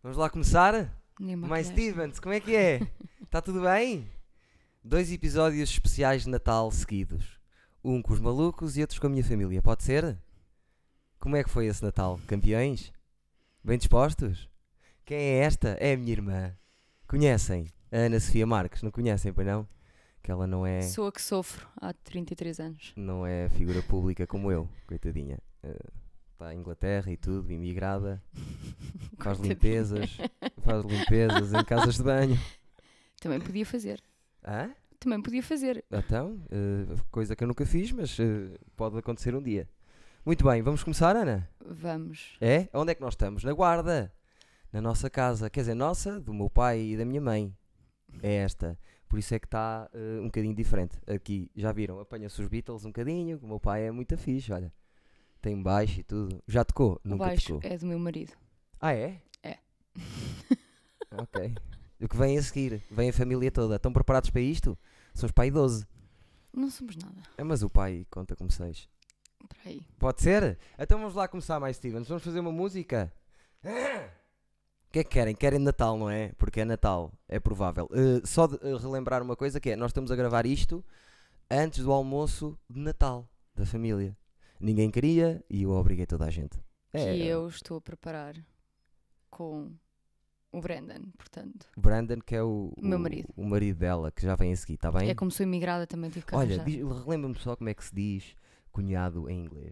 Vamos lá começar? Nem Mais maquilhagem. Stevens, como é que é? Está tudo bem? 2 episódios especiais de Natal seguidos. Um com os malucos e outros com a minha família. Pode ser? Como é que foi esse Natal? Campeões? Bem dispostos? Quem é esta? É a minha irmã. Conhecem? A Ana Sofia Marques. Não conhecem, pois não? Que ela não é, Sou a que sofro há 33 anos. não é figura pública como eu. Coitadinha. Está em Inglaterra e tudo, imigrada. Faz limpezas. Faz limpezas em casas de banho. Também podia fazer. Hã? Também podia fazer. Então, coisa que eu nunca fiz, mas pode acontecer um dia. Muito bem, vamos começar, Ana? Vamos. É? Onde é que nós estamos? Na Guarda. Na nossa casa. Quer dizer, nossa, do meu pai e da minha mãe. É esta. Por isso é que está um bocadinho diferente. Aqui, já viram? Apanha-se os Beatles um bocadinho. O meu pai é muito fixe, olha. Tem baixo e tudo. Já tocou? O Nunca baixo tocou. é do meu marido. Ah, é? É. Ok. O que vem a seguir? Vem a família toda. Estão preparados para isto? São os pai 12. Não somos nada. Mas o pai conta como 6. Espera aí. Pode ser? Então vamos lá começar mais, Stevens. Vamos fazer uma música? O que é que querem? Querem Natal, não é? Porque é Natal, é provável. Só de relembrar uma coisa que é, nós estamos a gravar isto antes do almoço de Natal da família. Ninguém queria e eu obriguei toda a gente. Que eu estou a preparar com o Brandon, portanto. Brandon, que é o meu marido. o marido dela, que já vem a seguir, está bem? É como sou imigrada, também tive que Olha, arranjar. relembra-me só como é que se diz cunhado em inglês.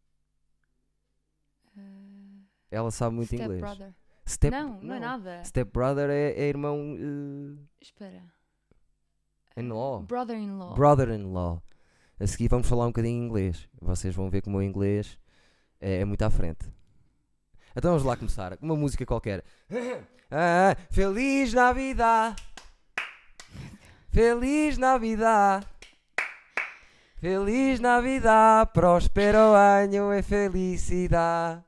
Ela sabe muito Step inglês. brother. Step, Não é nada. Step brother é irmão Espera. in-law. Brother-in-law. Brother-in-law. A seguir vamos falar um bocadinho em inglês. Vocês vão ver que o meu inglês é muito à frente. Então vamos lá começar. Uma música qualquer. Feliz Navidad. Feliz Navidad. Feliz Navidad. Próspero año e felicidade.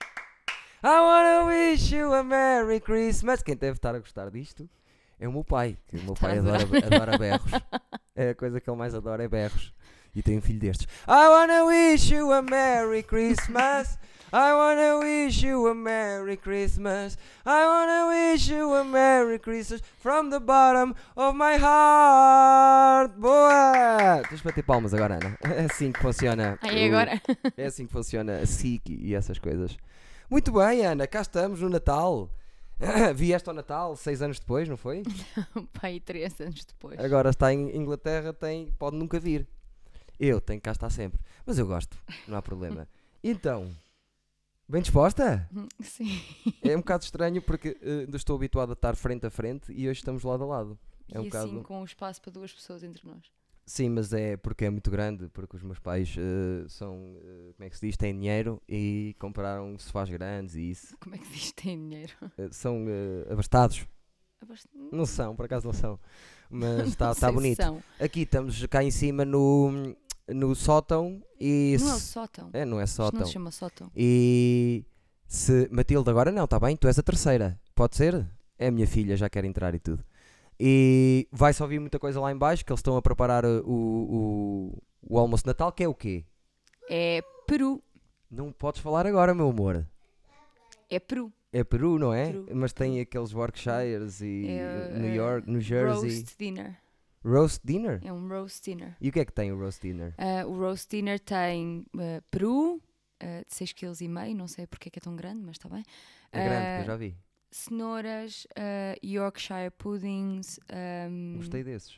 I wanna wish you a Merry Christmas. Quem deve estar a gostar disto é o meu pai. Que o meu pai adora berros. É a coisa que ele mais adora é berros. E tem um filho destes. I wanna wish you a Merry Christmas. I wanna wish you a Merry Christmas. I wanna wish you a Merry Christmas from the bottom of my heart. Boa! Tens de bater palmas agora, Ana. É assim que funciona. Aí agora. É assim que funciona a SIC e essas coisas. Muito bem, Ana. Cá estamos no Natal. Vieste ao Natal 6 anos depois, não foi? Pai, 3 anos depois. Agora está em Inglaterra, pode nunca vir. Eu tenho que cá estar sempre. Mas eu gosto, não há problema. Então, bem disposta? Sim. É um bocado estranho porque ainda estou habituado a estar frente a frente e hoje estamos lado a lado. É um E bocado... assim com o espaço para 2 pessoas entre nós. Sim, mas é porque é muito grande, porque os meus pais são, como é que se diz, têm dinheiro e compraram sofás grandes e isso. Como é que diz tem dinheiro? São abastados. Não são, por acaso não são. Mas está bonito. São. Aqui estamos cá em cima no sótão e... Não é o sótão. Não é Isto sótão. não se chama sótão. E se Matilde agora não, está bem? Tu és a terceira. Pode ser? É a minha filha, já quer entrar e tudo. E vai-se ouvir muita coisa lá em baixo, que eles estão a preparar o almoço de Natal, que é o quê? É Peru. Não podes falar agora, meu amor. É Peru. É Peru, não é? Peru. Mas tem aqueles Yorkshires e É, New York, New Jersey. Roast dinner. Roast dinner? É um roast dinner. E o que é que tem o roast dinner? O roast dinner tem peru de 6,5 kg, não sei porque é que é tão grande, mas está bem. É grande, que eu já vi. Cenouras, Yorkshire puddings Gostei desses.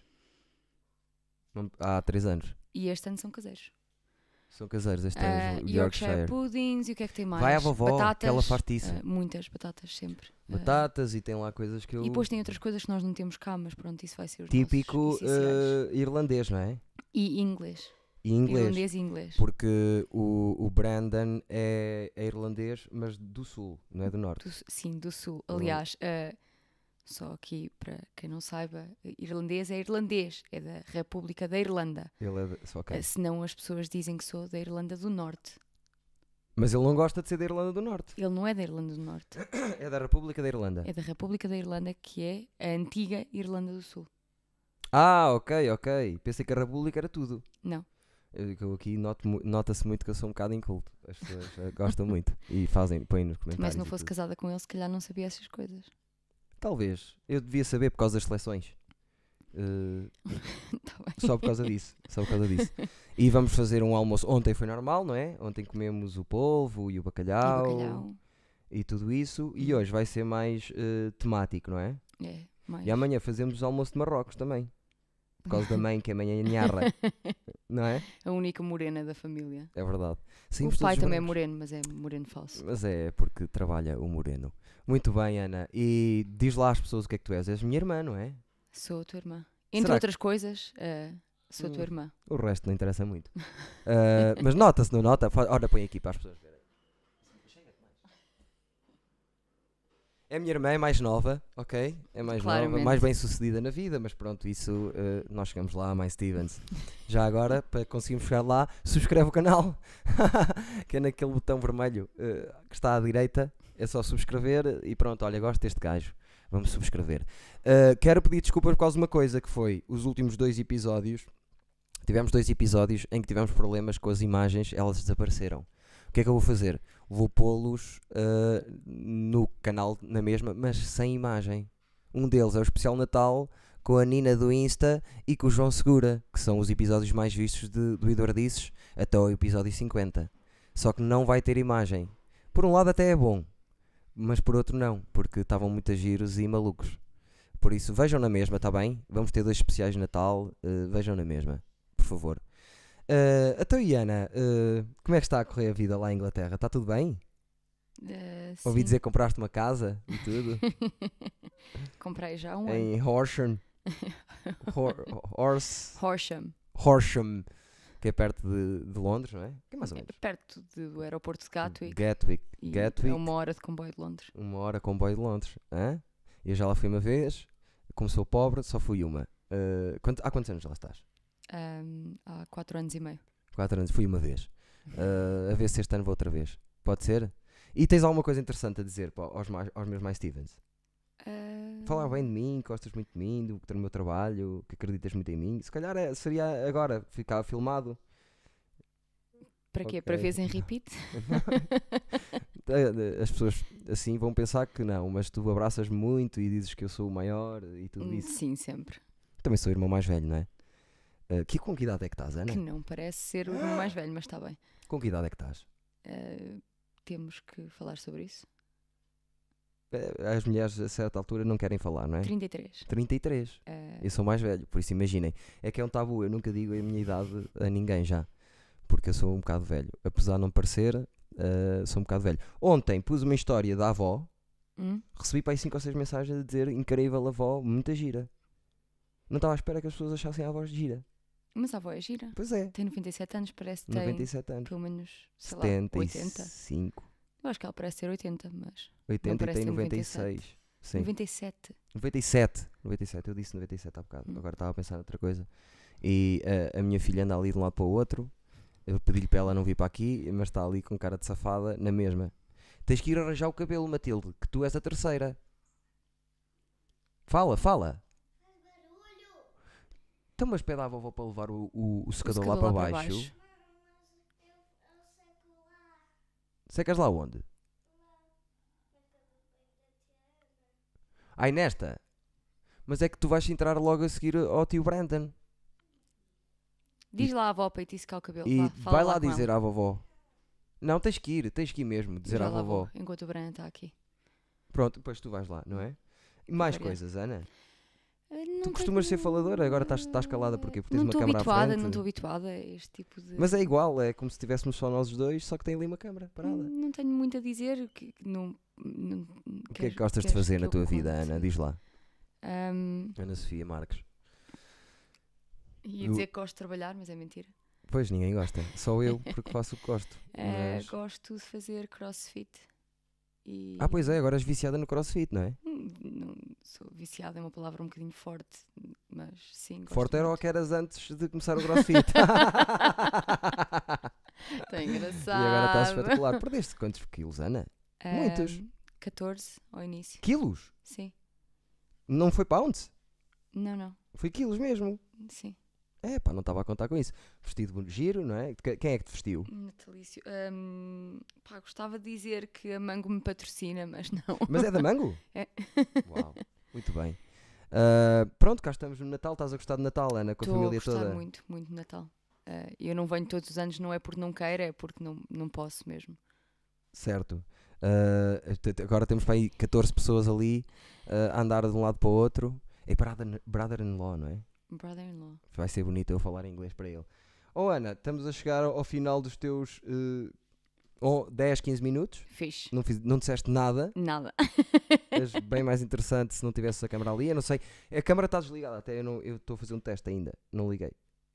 Há 3 anos. e este ano são caseiros. São caseiros, este é o Yorkshire. puddings e o que é que tem mais? Vai à vovó, batatas, que ela faz-te isso. muitas batatas sempre. Batatas e tem lá coisas que eu... E depois tem outras coisas que nós não temos cá, mas pronto, isso vai ser os Típico nossos essenciais. irlandês, não é? E inglês. E inglês. Irlandês e inglês. Porque o Brandon é irlandês, mas do sul, não é do norte. Sim, do sul. Aliás, só aqui para quem não saiba, irlandês é irlandês, é da República da Irlanda. Ele é só okay. Senão as pessoas dizem que sou da Irlanda do Norte. Mas ele não gosta de ser da Irlanda do Norte. Ele não é da Irlanda do Norte. É da República da Irlanda. É da República da Irlanda, que é a antiga Irlanda do Sul. Ah, ok. Pensei que a República era tudo. Não. Eu aqui nota-se muito que eu sou um bocado inculto. As pessoas gostam muito e põem nos comentários. Mas se não e fosse tudo. casada com ele, se calhar não sabia essas coisas. Talvez. Eu devia saber por causa das seleções. Tá bem. Só por causa disso. Só por causa disso. E vamos fazer um almoço. Ontem foi normal, não é? Ontem comemos o polvo e o E bacalhau e tudo isso. E hoje vai ser mais temático, não é? É, mais. E amanhã fazemos o almoço de Marrocos também. Por causa da mãe, que é amanhã nharra. Não é? A única morena da família. É verdade. O Saímos pai todos também é brancos. moreno, mas é moreno falso. Mas é porque trabalha o moreno. Muito bem, Ana. E diz lá às pessoas o que é que tu és. És minha irmã, não é? Sou a tua irmã. Entre Será outras coisas, sou a tua irmã. O resto não interessa muito. Mas nota-se, não nota? Ora, põe aqui para as pessoas verem. É a minha irmã, é mais nova, ok? É mais nova, Claramente. mais bem sucedida na vida, mas pronto, isso nós chegamos lá, mais Stevens. Já agora, para conseguirmos chegar lá, subscreve o canal, que é naquele botão vermelho que está à direita, é só subscrever e pronto, olha, gosto deste gajo, vamos subscrever. Quero pedir desculpas por causa de uma coisa, que foi os últimos 2 episódios. Tivemos 2 episódios em que tivemos problemas com as imagens, elas desapareceram. O que é que eu vou fazer? Vou pô-los no canal na mesma, mas sem imagem. Um deles é o especial Natal com a Nina do Insta e com o João Segura, que são os episódios mais vistos do Eduardices até o episódio 50. Só que não vai ter imagem. Por um lado até é bom, mas por outro não, porque estavam muito giros e malucos. Por isso vejam na mesma, tá bem? Vamos ter 2 especiais de Natal, vejam na mesma, por favor. Então, e Ana, como é que está a correr a vida lá em Inglaterra? Está tudo bem? Ouvi dizer que compraste uma casa e tudo Comprei já um ano. em Horsham, Horsham, que é perto de Londres, não é? Que é mais ou menos. Perto do aeroporto de Gatwick. Gatwick. É 1 hora de comboio de Londres. 1 hora comboio de Londres. Hã? Eu já lá fui uma vez, como sou pobre, só fui uma. Há quantos anos lá estás? Há 4 anos e meio. 4 anos, fui uma vez. A ver se este ano vou outra vez. Pode ser? E tens alguma coisa interessante a dizer aos meus mais Stevens? Falar bem de mim, que gostas muito de mim, do meu trabalho, que acreditas muito em mim. Se calhar seria agora ficar filmado. Para quê? Ok. Para veres em repeat? As pessoas assim vão pensar que não, mas tu abraças muito e dizes que eu sou o maior e tudo isso. Sim, sempre. Também sou o irmão mais velho, não é? Com que idade é que estás, Ana? Que não parece ser o irmão mais velho, mas está bem. Com que idade é que estás? Temos que falar sobre isso. As mulheres a certa altura não querem falar, não é? 33. 33. Eu sou mais velho, por isso imaginem. É que é um tabu, eu nunca digo a minha idade a ninguém já. Porque eu sou um bocado velho. Apesar de não parecer, sou um bocado velho. Ontem pus uma história da avó. Recebi para aí 5 ou 6 mensagens a dizer incrível avó, muita gira. Não estava à espera que as pessoas achassem a avó gira. Mas a avó é gira. Pois é. Tem 97 anos, parece que tem 97 anos. pelo menos, sei lá, 80. 75. Eu acho que ela parece ter 80, mas 80 e parece tem ter 96. Sim. 97. 97, eu disse 97 há bocado, agora estava a pensar noutra coisa. E a minha filha anda ali de um lado para o outro. Eu pedi-lhe para ela não vir para aqui, mas está ali com cara de safada na mesma. Tens que ir arranjar o cabelo, Matilde, que tu és a terceira. Fala. Então, mas pede à vovó para levar o secador lá para baixo. Secas lá onde? Ai, nesta? Mas é que tu vais entrar logo a seguir ao tio Brandon. Diz lá à avó para ir te secar o cabelo. E Vá, fala vai lá com dizer ela. à vovó. Não, tens que ir mesmo, dizer Já à lá vovó. vou, enquanto o Brian está aqui. Pronto, depois tu vais lá, não é? E mais Variar. coisas, Ana? Não Tu costumas ser faladora, agora estás calada porquê? Porque tens Não uma estou câmara à habituada, frente. não estou habituada a este tipo de... Mas é igual, é como se estivéssemos só nós os dois, só que tem ali uma câmara parada. Não tenho muito a dizer. O que é que gostas de fazer na tua vida, Ana? Diz lá. Ana Sofia Marques. Ia dizer que gosto de trabalhar, mas é mentira. Pois, ninguém gosta. Só eu, porque faço o que gosto. Mas... Gosto de fazer crossfit. E... pois é, agora és viciada no crossfit, não é? Não sou viciada, é uma palavra um bocadinho forte, mas sim, gosto Forte era o muito. que eras antes de começar o crossfit. Está engraçado. E agora estás espetacular. Perdeste quantos quilos, Ana? Muitos. 14 ao início. Quilos? Sim. Não foi pounds? Não. Foi quilos mesmo. Sim. É pá, não estava a contar com isso. Vestido giro, não é? Quem é que te vestiu? Natalício. Pá, gostava de dizer que a Mango me patrocina, mas não. Mas é da Mango? É. Uau, muito bem. Pronto, cá estamos no Natal. Estás a gostar de Natal, Ana, com a Estou a família gostar toda? muito, muito de Natal. Eu não venho todos os anos, não é porque não queira, é porque não posso mesmo. Certo. Agora temos para aí 14 pessoas ali a andar de um lado para o outro. É brother-in-law, não é? Brother-in-law. Vai ser bonito eu falar inglês para ele. Oh Ana, estamos a chegar ao final dos teus 10, 15 minutos. Fixe. Não disseste nada. Nada. És bem mais interessante se não tivesse a câmera ali. Eu não sei. A câmera está desligada. Até eu estou a fazer um teste ainda. Não liguei.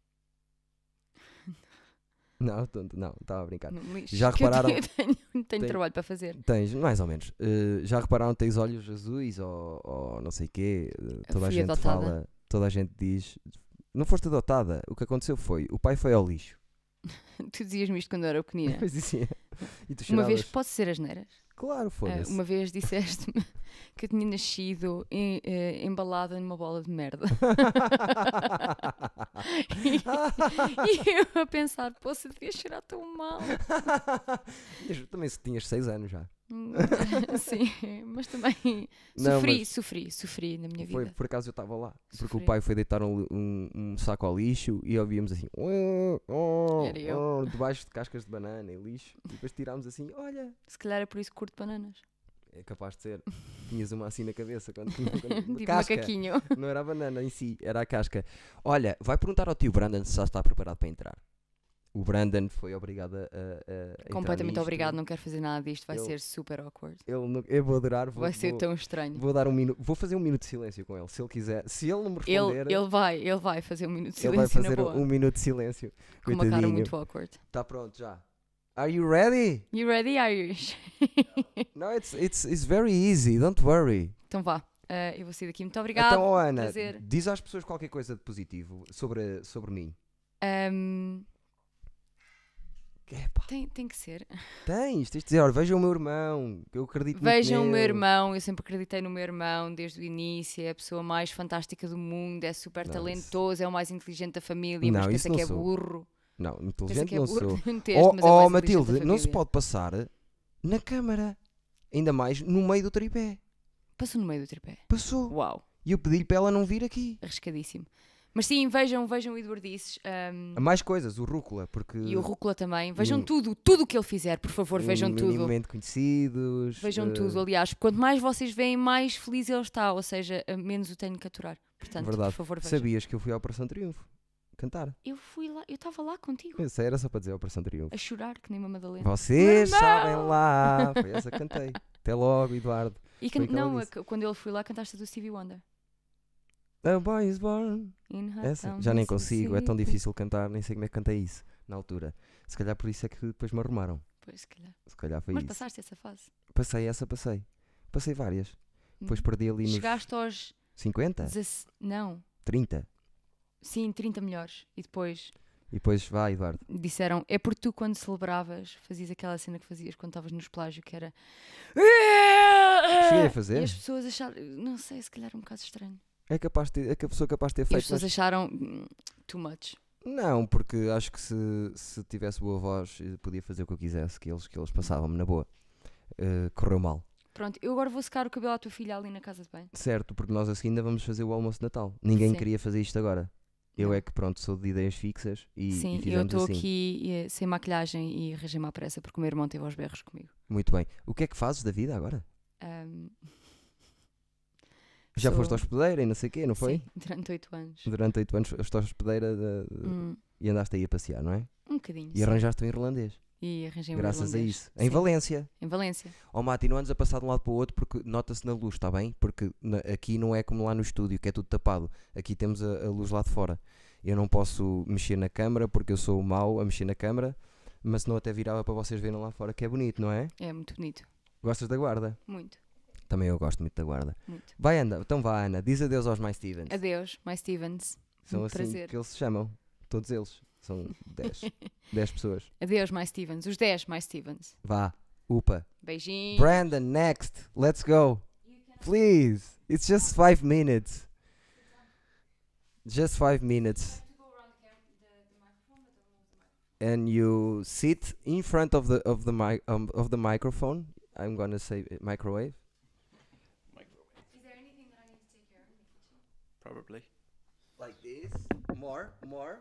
Não, estava a brincar. No lixo. Já Que eu repararam? Tenho trabalho para fazer. Tens, mais ou menos. Já repararam que tens olhos azuis ou não sei o quê? Toda a Fui gente adotada. fala, toda a gente diz. Não foste adotada. O que aconteceu foi, o pai foi ao lixo. Tu dizias-me isto quando eu era pequenina. Pois dizia. E tu Uma choravas. vez, posso ser asneiras? Claro, foda-se. Uma vez disseste-me que eu tinha nascido embalada numa bola de merda. E eu a pensar, poxa, devia cheirar tão mal. Também tinhas 6 anos já. Sim, mas também Não, sofri na minha Foi vida. por acaso eu estava lá. Porque Sofri. o pai foi deitar um saco ao lixo e ouvíamos assim. Era eu. Debaixo de cascas de banana e lixo. E depois tirámos assim, olha. Se calhar é por isso que curto bananas. É capaz de ser. Tinhas uma assim na cabeça. Quando Tipo casca. macaquinho. Não era a banana em si, era a casca. Olha, vai perguntar ao tio Brandon se já está preparado para entrar. O Brandon foi obrigado a entrar Completamente nisto. obrigado, não quero fazer nada disto, vai Ele- ser super awkward. Eu vou adorar. Vai ser tão estranho. Vou dar vou fazer um minuto de silêncio com ele. Se ele quiser. Se ele não me responder, Ele vai fazer um minuto de ele vai silêncio na fazer boa. um minuto de silêncio. Com uma cara Coitadinho. muito awkward. Está pronto já. Are you ready? You ready, Irish? No, it's very easy. Don't worry. Então vá, eu vou sair daqui. Muito obrigada. Então, oh, Ana, prazer. diz às pessoas qualquer coisa de positivo sobre mim. Epá, Tem que ser. tens de dizer, olha, vejam o meu irmão, eu acredito muito Vejam o meu nele. irmão, eu sempre acreditei no meu irmão desde o início, é a pessoa mais fantástica do mundo, é super Não, talentoso, é o mais inteligente da família, Não, mas isso pensa não que é sou. burro. Não, Pensa inteligente que é não burro. sou. Um texto, mas é o mais inteligente Matilde, da não se família. pode passar na câmara. Ainda mais no meio do tripé. Passou no meio do tripé. Passou. Uau, E eu pedi-lhe para ela não vir aqui. arriscadíssimo. Mas sim, vejam o Eduardices. Há mais coisas, o Rúcula, porque... E o Rúcula também. Vejam Hum. tudo o que ele fizer, por favor, vejam tudo. minimamente conhecidos. Vejam tudo, aliás, quanto mais vocês veem, mais feliz ele está, ou seja, menos o tenho que aturar. Portanto, Verdade. por favor, vejam. Sabias que eu fui à Operação Triunfo cantar? Eu fui lá, eu estava lá contigo, Isso era só para dizer Operação Triunfo. a chorar, que nem uma Madalena. Vocês Meu sabem irmão! lá. Foi essa que cantei. Até logo, Eduardo. E foi o que ela não, disse. quando ele foi lá, cantaste a do Stevie Wonder. A boy is born. In Essa? Hudson, Já nem consigo, é tão Mississippi. difícil cantar, nem sei como é que cantei isso na altura. Se calhar por isso é que depois me arrumaram. Pois, se calhar. Se calhar foi Mas isso. passaste essa fase. Passei. Passei várias. Depois perdi ali nos Chegaste aos 50, Não, 30. sim, 30 melhores. E depois E depois vai, Eduardo. disseram, é porque tu quando celebravas, fazias aquela cena que fazias quando estavas nos plágio, que era... Cheguei a fazer. E as pessoas acharam, não sei, se calhar um bocado estranho. É que a pessoa capaz de ter E as feito. pessoas Mas... acharam too much. Não, porque acho que se tivesse boa voz podia fazer o que eu quisesse, que eles passavam-me na boa. Correu mal. Pronto, eu agora vou secar o cabelo à tua filha ali na casa de banho. Certo, porque nós assim ainda vamos fazer o almoço de Natal. Ninguém Sim. queria fazer isto agora. Eu Não. é que pronto, sou de ideias fixas e Sim, eu fizemos estou assim. aqui sem maquilhagem e arranjei-me à pressa porque o meu irmão teve aos berros comigo. Muito bem. O que é que fazes da vida agora? Já Sou- foste hospedeira e não sei o quê, não foi? Sim, durante 8 anos. Durante 8 anos foste hospedeira e andaste aí a passear, não é? Um bocadinho. E sim. arranjaste um irlandês. E arranjei um Graças a irlandês. isso. Em Sim, Valência. Em Valência. Ó Mati, não andes a passar de um lado para o outro porque nota-se na luz, está bem? Porque aqui não é como lá no estúdio, que é tudo tapado. Aqui temos a luz lá de fora. Eu não posso mexer na câmara porque eu sou mau a mexer na câmara, mas senão até virava para vocês verem lá fora, que é bonito, não é? É muito bonito. Gostas da Guarda? Muito, Também eu gosto muito da Guarda. muito. Vai, anda, então vá, Ana, diz adeus aos mais Stevens. Adeus, My Stevens. São muito assim prazer. que eles se chamam. Todos eles. São 10. 10 pessoas. Adeus, My Stevens. Os 10 My Stevens. Vá, upa. Beijinhos. Brandon, next. Let's go. Please. It's just 5 minutes. Just 5 minutes. and you sit in front of the microphone. I'm gonna say microwave. Is there anything that I need to take care of in the kitchen? Probably. Like this. More.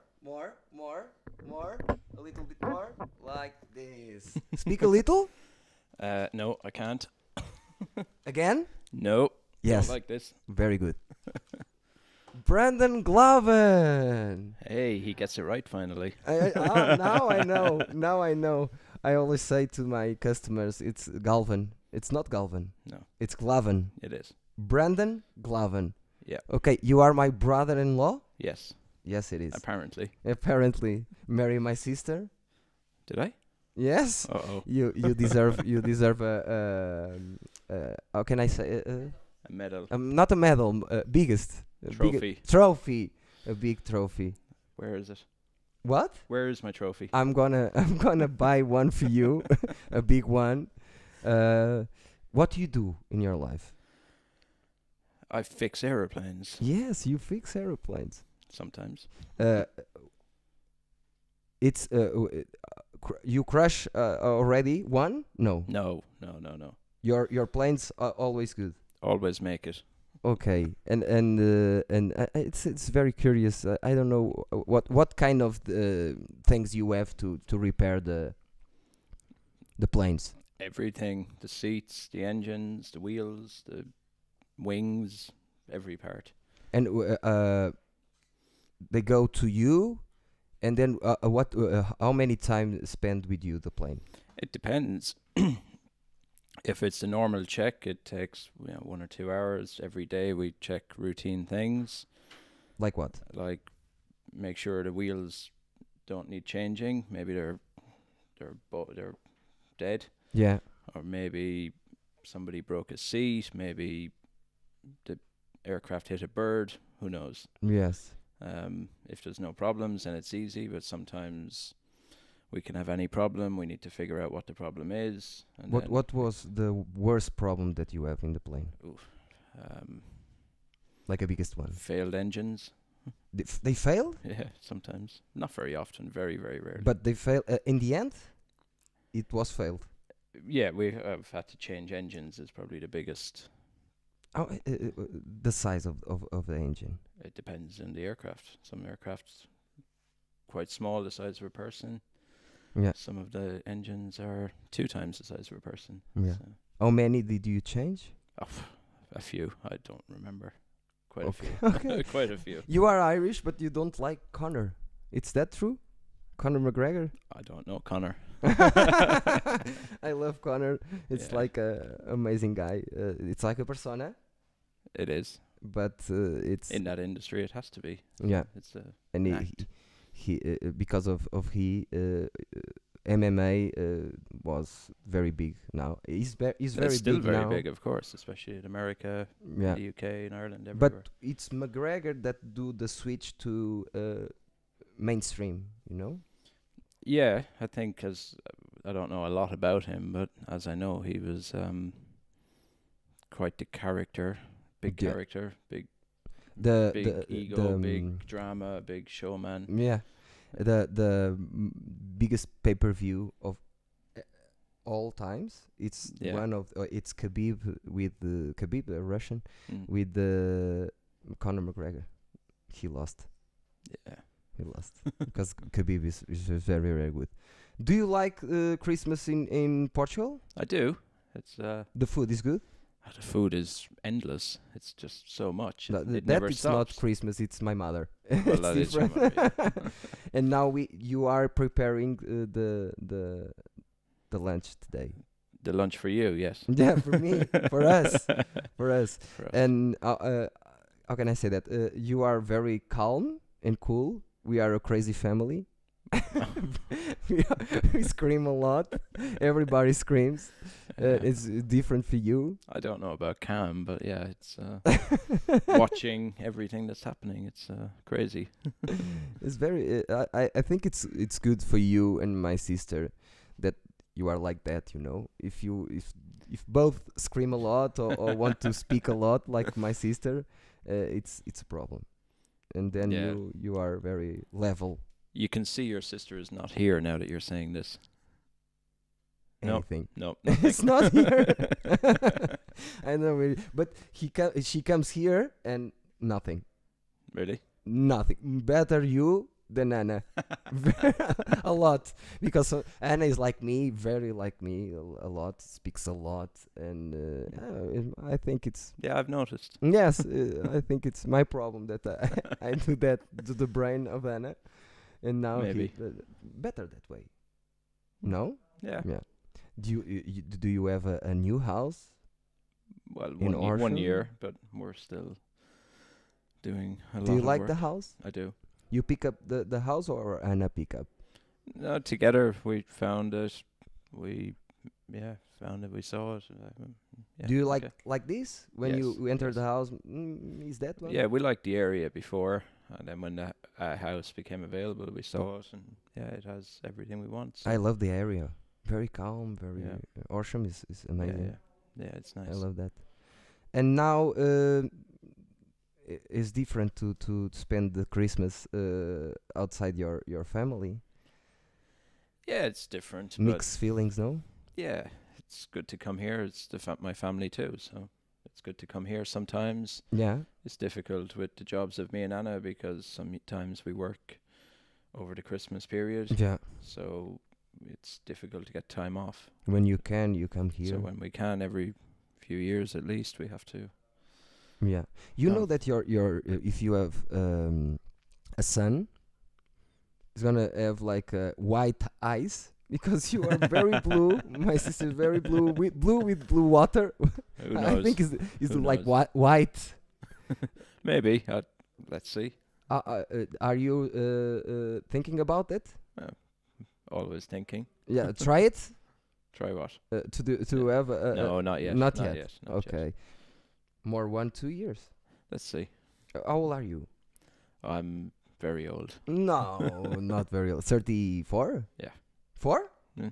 A little bit more. Like this. Speak a little. No, I can't. Again. No. Yes. Don't like this. Very good. Brandon Glaven. Hey, he gets it right finally. Now I know. Now I know. I always say to my customers, it's Galvin. It's not Galvin. No, It's Glaven. it is. Brandon Glaven. Yeah. Okay, you are my brother-in-law? Yes, Yes, it is. apparently. Apparently, marry my sister? Did I? Yes. Uh-oh. You deserve how can I say A medal. not a medal, biggest Trophy. trophy, a big trophy. Where is it? What? Where is my trophy? I'm gonna buy one for you, a big one. What do you do in your life? I fix aeroplanes Yes, you fix airplanes. sometimes. It's you crash already one? No, No. your planes are always good. Always make it. Okay, and it's very curious. I don't know what kind of things you have to repair the planes. Everything. The seats, the engines, the wheels, the wings, every part. And they go to you, and then how many time spent with you the plane? It depends. If it's a normal check, it takes 1 or 2 hours. Every day we check routine things, Like what? like make sure the wheels don't need changing. Maybe they're dead, Yeah. or maybe somebody broke a seat. Maybe the aircraft hit a bird. Who knows? Yes. If there's no problems, then it's easy. But sometimes we can have any problem. We need to figure out what the problem is. And then, What was the worst problem that you have in the plane? Like a biggest one? failed engines? They failed, Yeah, sometimes. Not very often. Very, very rarely. but they failed in the end. It was failed. yeah, we have had to change engines. Is probably the biggest. Oh, the size of the engine. It depends on the aircraft. Some aircrafts quite small, the size of a person. Yeah. Some of the engines are 2 times the size of a person. Yeah. So, How many did you change? a few. I don't remember. Quite a Okay. few. Okay. Quite a few. You are Irish, but you don't like Conor. Is that true? Conor McGregor? I don't know, Connor. I love Conor. It's Yeah. like a amazing guy. It's like a persona, It is. but it's In that industry, it has to be. yeah. It's a And act. he because of MMA was very big now. He's It's very still big very now. big, of course, especially in America, Yeah. the UK, in Ireland, everywhere. But it's McGregor that do the switch to mainstream, you know? Yeah, I think 'cause I don't know a lot about him, but as I know, he was quite the character, big Yeah. character, big The ego, big drama, big showman. yeah, the biggest pay-per-view of all times. It's Yeah. one of it's Khabib with Khabib, the Russian, Mm. with Conor McGregor. He lost. Yeah. He lost because Khabib is very very good. Do you like Christmas in Portugal? I do. It's The food is good. the food is endless. It's just so much. No, It that never it's stops. not Christmas. It's my mother. Well, It's that is your different. mother, yeah. And now you are preparing the lunch today. The lunch for you, yes. Yeah, for me, for us, for us. For us. And how can I say that? You are very calm and cool. We are a crazy family. we scream a lot. Everybody screams. It's different for you. I don't know about Cam, but yeah, it's watching everything that's happening. It's crazy. It's very. I think it's good for you and my sister that you are like that. You know, if both scream a lot or want to speak a lot like my sister, it's a problem. And then Yeah. you are very level. You can see your sister is not here now that you're saying this. No. Anything. No, It's not here. I know, really. But she comes here and nothing. Really? Nothing. Better you than Anna. A lot. Because Anna is like me, very like me, a lot, speaks a lot. And I think it's. Yeah, I've noticed. Yes, I think it's my problem that I do that to the brain of Anna. And now Maybe. better that way. No? Yeah. Yeah. Do you have a new house? Well, In one Horsham? year, but we're still doing a lot Do you of like work. the house? I do. You pick up the house or Anna pick up? No, together we found it. We found it. We saw it. Yeah, Do you okay. like this when Yes, you enter yes. the house? Is that one? Yeah, we liked the area before, and then when the house became available, we saw it, and yeah, it has everything we want. So I love the area. Very calm. Very Yeah. Horsham is amazing. yeah, it's nice. I love that. And now it's different to spend the Christmas outside your family. Yeah, it's different, but Mixed feelings, no? yeah, it's good to come here. It's my family too, so it's good to come here. Sometimes Yeah. it's difficult with the jobs of me and Anna because sometimes we work over the Christmas period, Yeah. so it's difficult to get time off. When you can, you come here. So when we can, every few years at least, we have to. Yeah, you know Come. that your if you have a son, he's gonna have like white eyes because you are very blue. My sister is very blue with blue water. Who I knows? think is Who like knows? white. Maybe. Let's see. Are you thinking about it? Always thinking. Yeah, try it Try what? to have a No, not yet. not Not yet. yet. Not okay, yet. more 1-2 years. Let's see. How old are you? I'm very old. No, not very old. 34? Yeah. 4? Mm.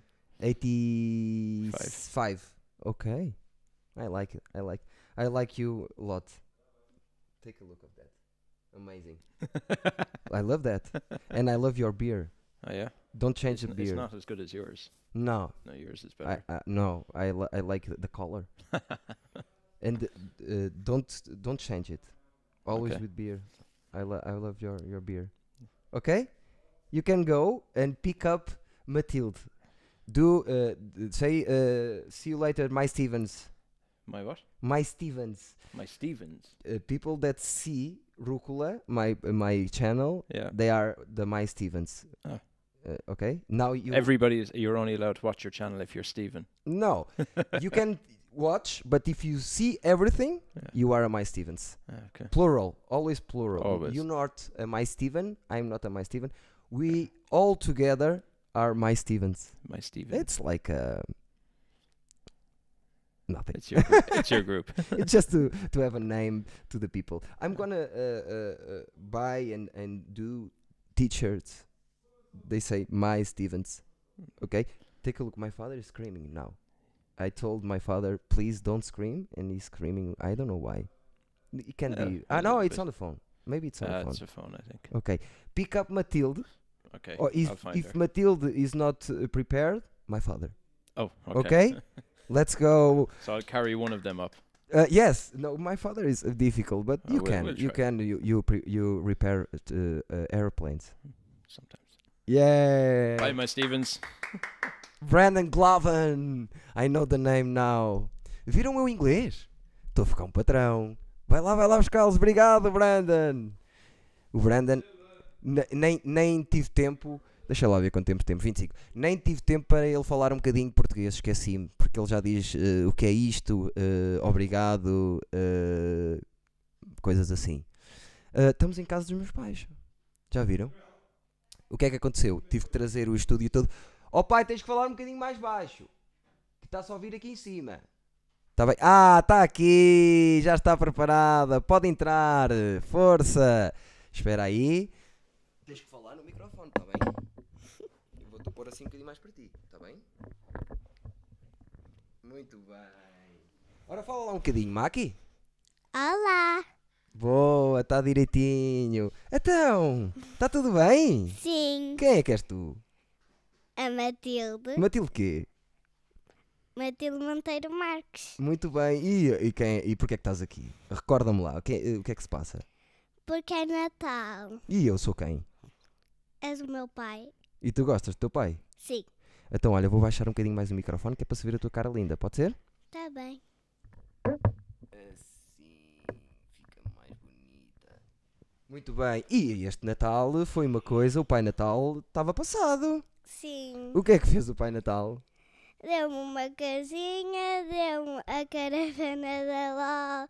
85. Okay. I like it. I like you a lot. Take a look at that. Amazing. I love that. And I love your beer. Oh yeah. Don't change the It's beer. not as good as yours. No. No, yours is better. No, I like the color. And don't change it. Always Okay. with beer. I love your beer. Okay? You can go and pick up Matilde. Say see you later, my Stevens. My what? My Stevens. My Stevens. People that see Rucola, my channel, Yeah. they are the my Stevens. Ah. Okay? Now You're only allowed to watch your channel if you're Steven. No. You can watch, but if you see everything, Yeah. you are a my Stevens. Okay. Plural, always plural. Always. You're not a my Steven. I'm not a my Steven. We all together are my Stevens. My Steven. It's like nothing. It's your group. It's just to have a name to the people. I'm gonna buy and do t-shirts. They say my Stevens. Okay, take a look. My father is screaming now. I told my father, please don't scream, and he's screaming. I don't know why. It can be. A No, little it's bit. on the phone. Maybe it's on the phone. It's a phone, I think. Okay, pick up Matilde. Okay. Or I'll find if her. Matilde is not prepared, my father. Oh, Okay. okay. Let's go. So I'll carry one of them up. Yes, no, my father is difficult, but Oh, you we'll- can, we'll you try. can, you repair airplanes. Sometimes. Yeah. Bye, my Stevens. Brandon Gloven. I know the name now. Viram o meu inglês? Estou a ficar um patrão. Vai lá buscá-los. Obrigado, Brandon. O Brandon nem tive tempo. Deixa lá ver quanto tempo temos. 25. Nem tive tempo para ele falar um bocadinho de português. Esqueci-me. Porque ele já diz o que é isto. Obrigado. Coisas assim. Estamos em casa dos meus pais. Já viram? O que é que aconteceu? Tive que trazer o estúdio todo. Oh pai, tens que falar um bocadinho mais baixo. Que está só a ouvir aqui em cima. Está bem? Está aqui. Já está preparada. Pode entrar. Força. Espera aí. Tens que falar no microfone, está bem? Eu vou-te pôr assim um bocadinho mais para ti. Está bem? Muito bem. Ora, fala lá um bocadinho, Maki. Olá! Boa. boa, está direitinho. Então, está tudo bem? Sim, Quem é que és tu? a Matilde. Matilde quê? Matilde Monteiro Marques. Muito bem. E porquê é que estás aqui? Recorda-me lá, o que é que se passa? Porque é Natal. E eu sou quem? És o meu pai? E tu gostas do teu pai? Sim, Então, olha, vou baixar um bocadinho mais o microfone que é para se ver a tua cara linda, pode ser? tá bem. Assim, fica mais bonita. Muito bem. E este Natal foi uma coisa, o Pai Natal estava passado. Sim. O que é que fez o Pai Natal? Deu-me uma casinha, deu-me a caravana da LOL,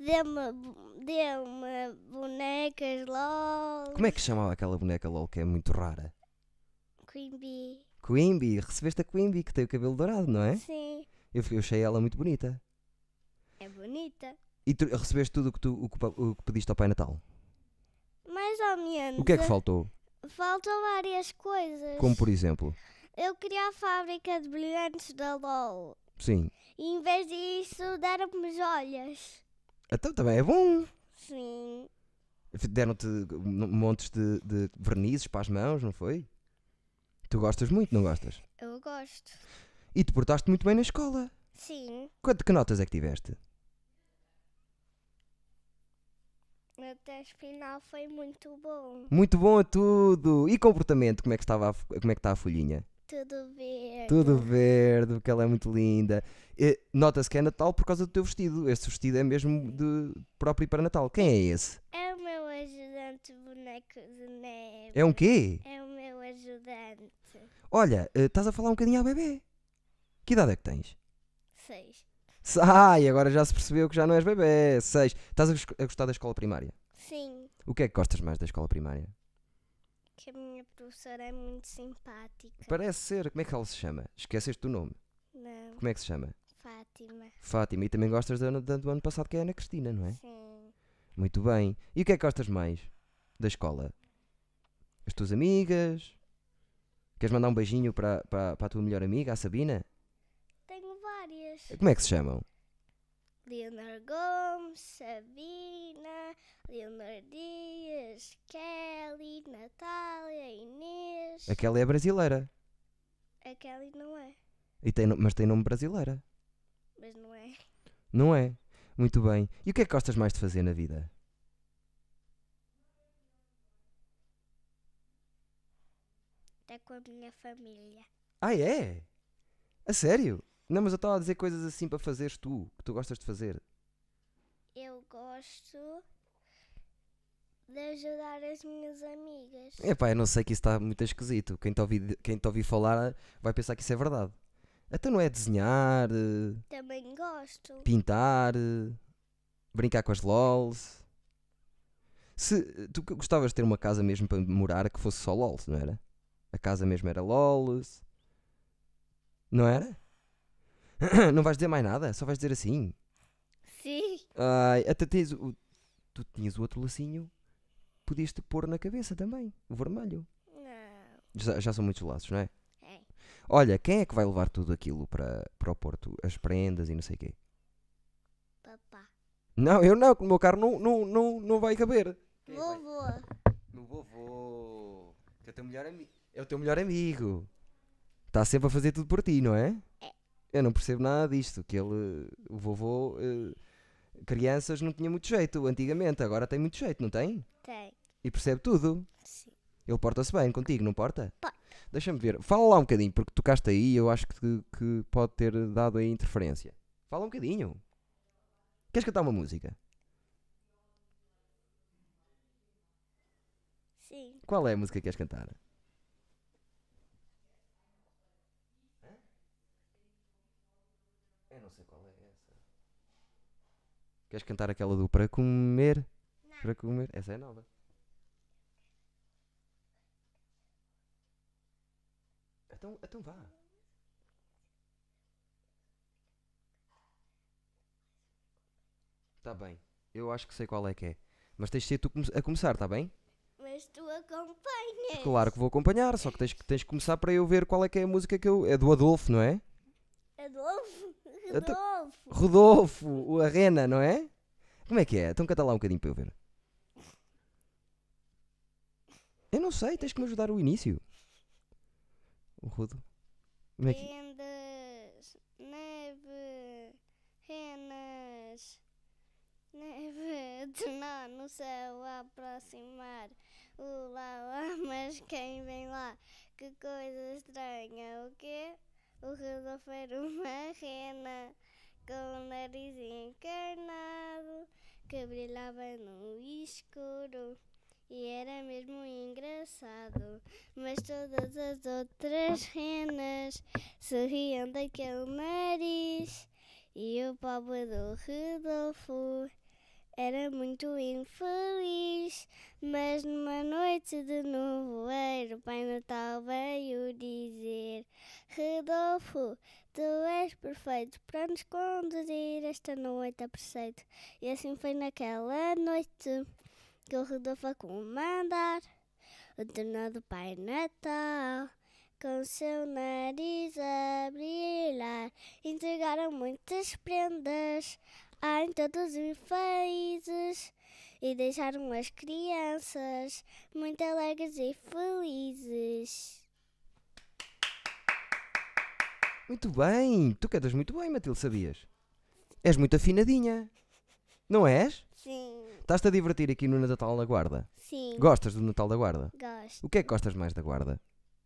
deu-me bonecas LOL. Como é que se chamava aquela boneca LOL que é muito rara? Queen Bee. Quimby, recebeste a Quimby que tem o cabelo dourado, não é? Sim, Eu achei ela muito bonita. é bonita. E tu recebeste tudo o que pediste ao Pai Natal? Mais ou menos. O que é que faltou? Faltam várias coisas. Como por exemplo? Eu queria a fábrica de brilhantes da LOL. Sim. E em vez disso, deram-me joias. Então também é bom. Sim, Deram-te montes de vernizes para as mãos, não foi? Tu gostas muito, não gostas? eu gosto. E te portaste muito bem na escola. Sim, Que notas é que tiveste? o teste final foi muito bom. Muito bom a tudo. E comportamento, como é que está a folhinha? Tudo verde. Tudo verde, porque ela é muito linda. Nota-se que é Natal por causa do teu vestido. Esse vestido é mesmo próprio para Natal. Quem é esse? É o meu ajudante boneco de neve. É um quê? É o meu ajudante. Olha, estás a falar um bocadinho à bebê. Que idade é que tens? 6. Ai, agora já se percebeu que já não és bebê. 6. Estás a gostar da escola primária? Sim, O que é que gostas mais da escola primária? que a minha professora é muito simpática. Parece ser. Como é que ela se chama? Esqueceste do nome. Não, Como é que se chama? Fátima. Fátima. E também gostas do ano passado, que é a Ana Cristina, não é? Sim. Muito bem. E o que é que gostas mais da escola? As tuas amigas? Queres mandar um beijinho para a tua melhor amiga, a Sabina? Tenho várias. Como é que se chamam? Leonor Gomes, Sabina, Leonor Dias, Kelly, Natália, Inês. A Kelly é brasileira. A Kelly não é, Mas tem nome brasileira. mas não é. Não é? Muito bem. E o que é que gostas mais de fazer na vida? Está com a minha família. Ah, é? A sério? Não, mas eu estava a dizer coisas assim para fazeres tu, que tu gostas de fazer. Eu gosto de ajudar as minhas amigas. Epá, eu não sei que isso está muito esquisito. Quem te ouvir falar vai pensar que isso é verdade. Então não é desenhar, Também gosto. pintar, brincar com as LOLs. Se tu gostavas de ter uma casa mesmo para morar que fosse só LOLs, não era? A casa mesmo era LOLs. Não era? Não vais dizer mais nada? Só vais dizer assim? Sim. Ai, até tu tinhas o outro lacinho. Podias-te pôr na cabeça também. O vermelho. Não. Já são muitos laços, não é? É. Olha, quem é que vai levar tudo aquilo para o Porto? As prendas e não sei o quê? Papá. Não, eu não, que o meu carro não vai caber. Vovô. No vovô. Que é o teu melhor amigo. É o teu melhor amigo. Está sempre a fazer tudo por ti, não é? É. Eu não percebo nada disto. Que o vovô, crianças não tinha muito jeito antigamente. Agora tem muito jeito, não tem? Tem. E percebe tudo. Sim. Ele porta-se bem contigo, não porta? Porta. Deixa-me ver. Fala lá um bocadinho, porque tocaste aí e eu acho que pode ter dado aí interferência. Fala um bocadinho. Queres cantar uma música? Sim. Qual é a música que queres cantar? Eu não sei qual é essa. Queres cantar aquela do Para Comer? Não. Para Comer? Essa é nova. Então vá. Tá bem. Eu acho que sei qual é que é. Mas tens de ser tu a começar, tá bem? Mas tu acompanhas. Claro que vou acompanhar, só que tens que começar para eu ver qual é que é a música que eu... É do Adolfo, não é? Adolfo. Então- Rodolfo. Rodolfo, o Arena, não é? Como é que é? Então canta lá um bocadinho para eu ver. Eu não sei, tens que me ajudar o início. O Rudo. Como é que... Rendas, neve, renas, neve de nó no céu a aproximar. Lá, lá, mas quem vem lá? Que coisa estranha, o quê? O Rodolfo era uma rena com o nariz encarnado que brilhava no escuro. E era mesmo engraçado, mas todas as outras renas se riam daquele nariz. E o pobre do Rodolfo era muito infeliz. Mas numa noite de nevoeiro, o Pai Natal veio dizer: Rodolfo, tu és perfeito para nos conduzir esta noite a preceito. E assim foi naquela noite que o Rodolfo a comandar o torneio do Pai Natal, com seu nariz a brilhar. Entregaram muitas prendas em todos os países e deixaram as crianças muito alegres e felizes. Muito bem, tu cantas muito bem, Matilde, sabias? És muito afinadinha, não és? Sim, Estás-te a divertir aqui no Natal da Guarda? sim, Gostas do Natal da Guarda? gosto. O que é que gostas mais da Guarda?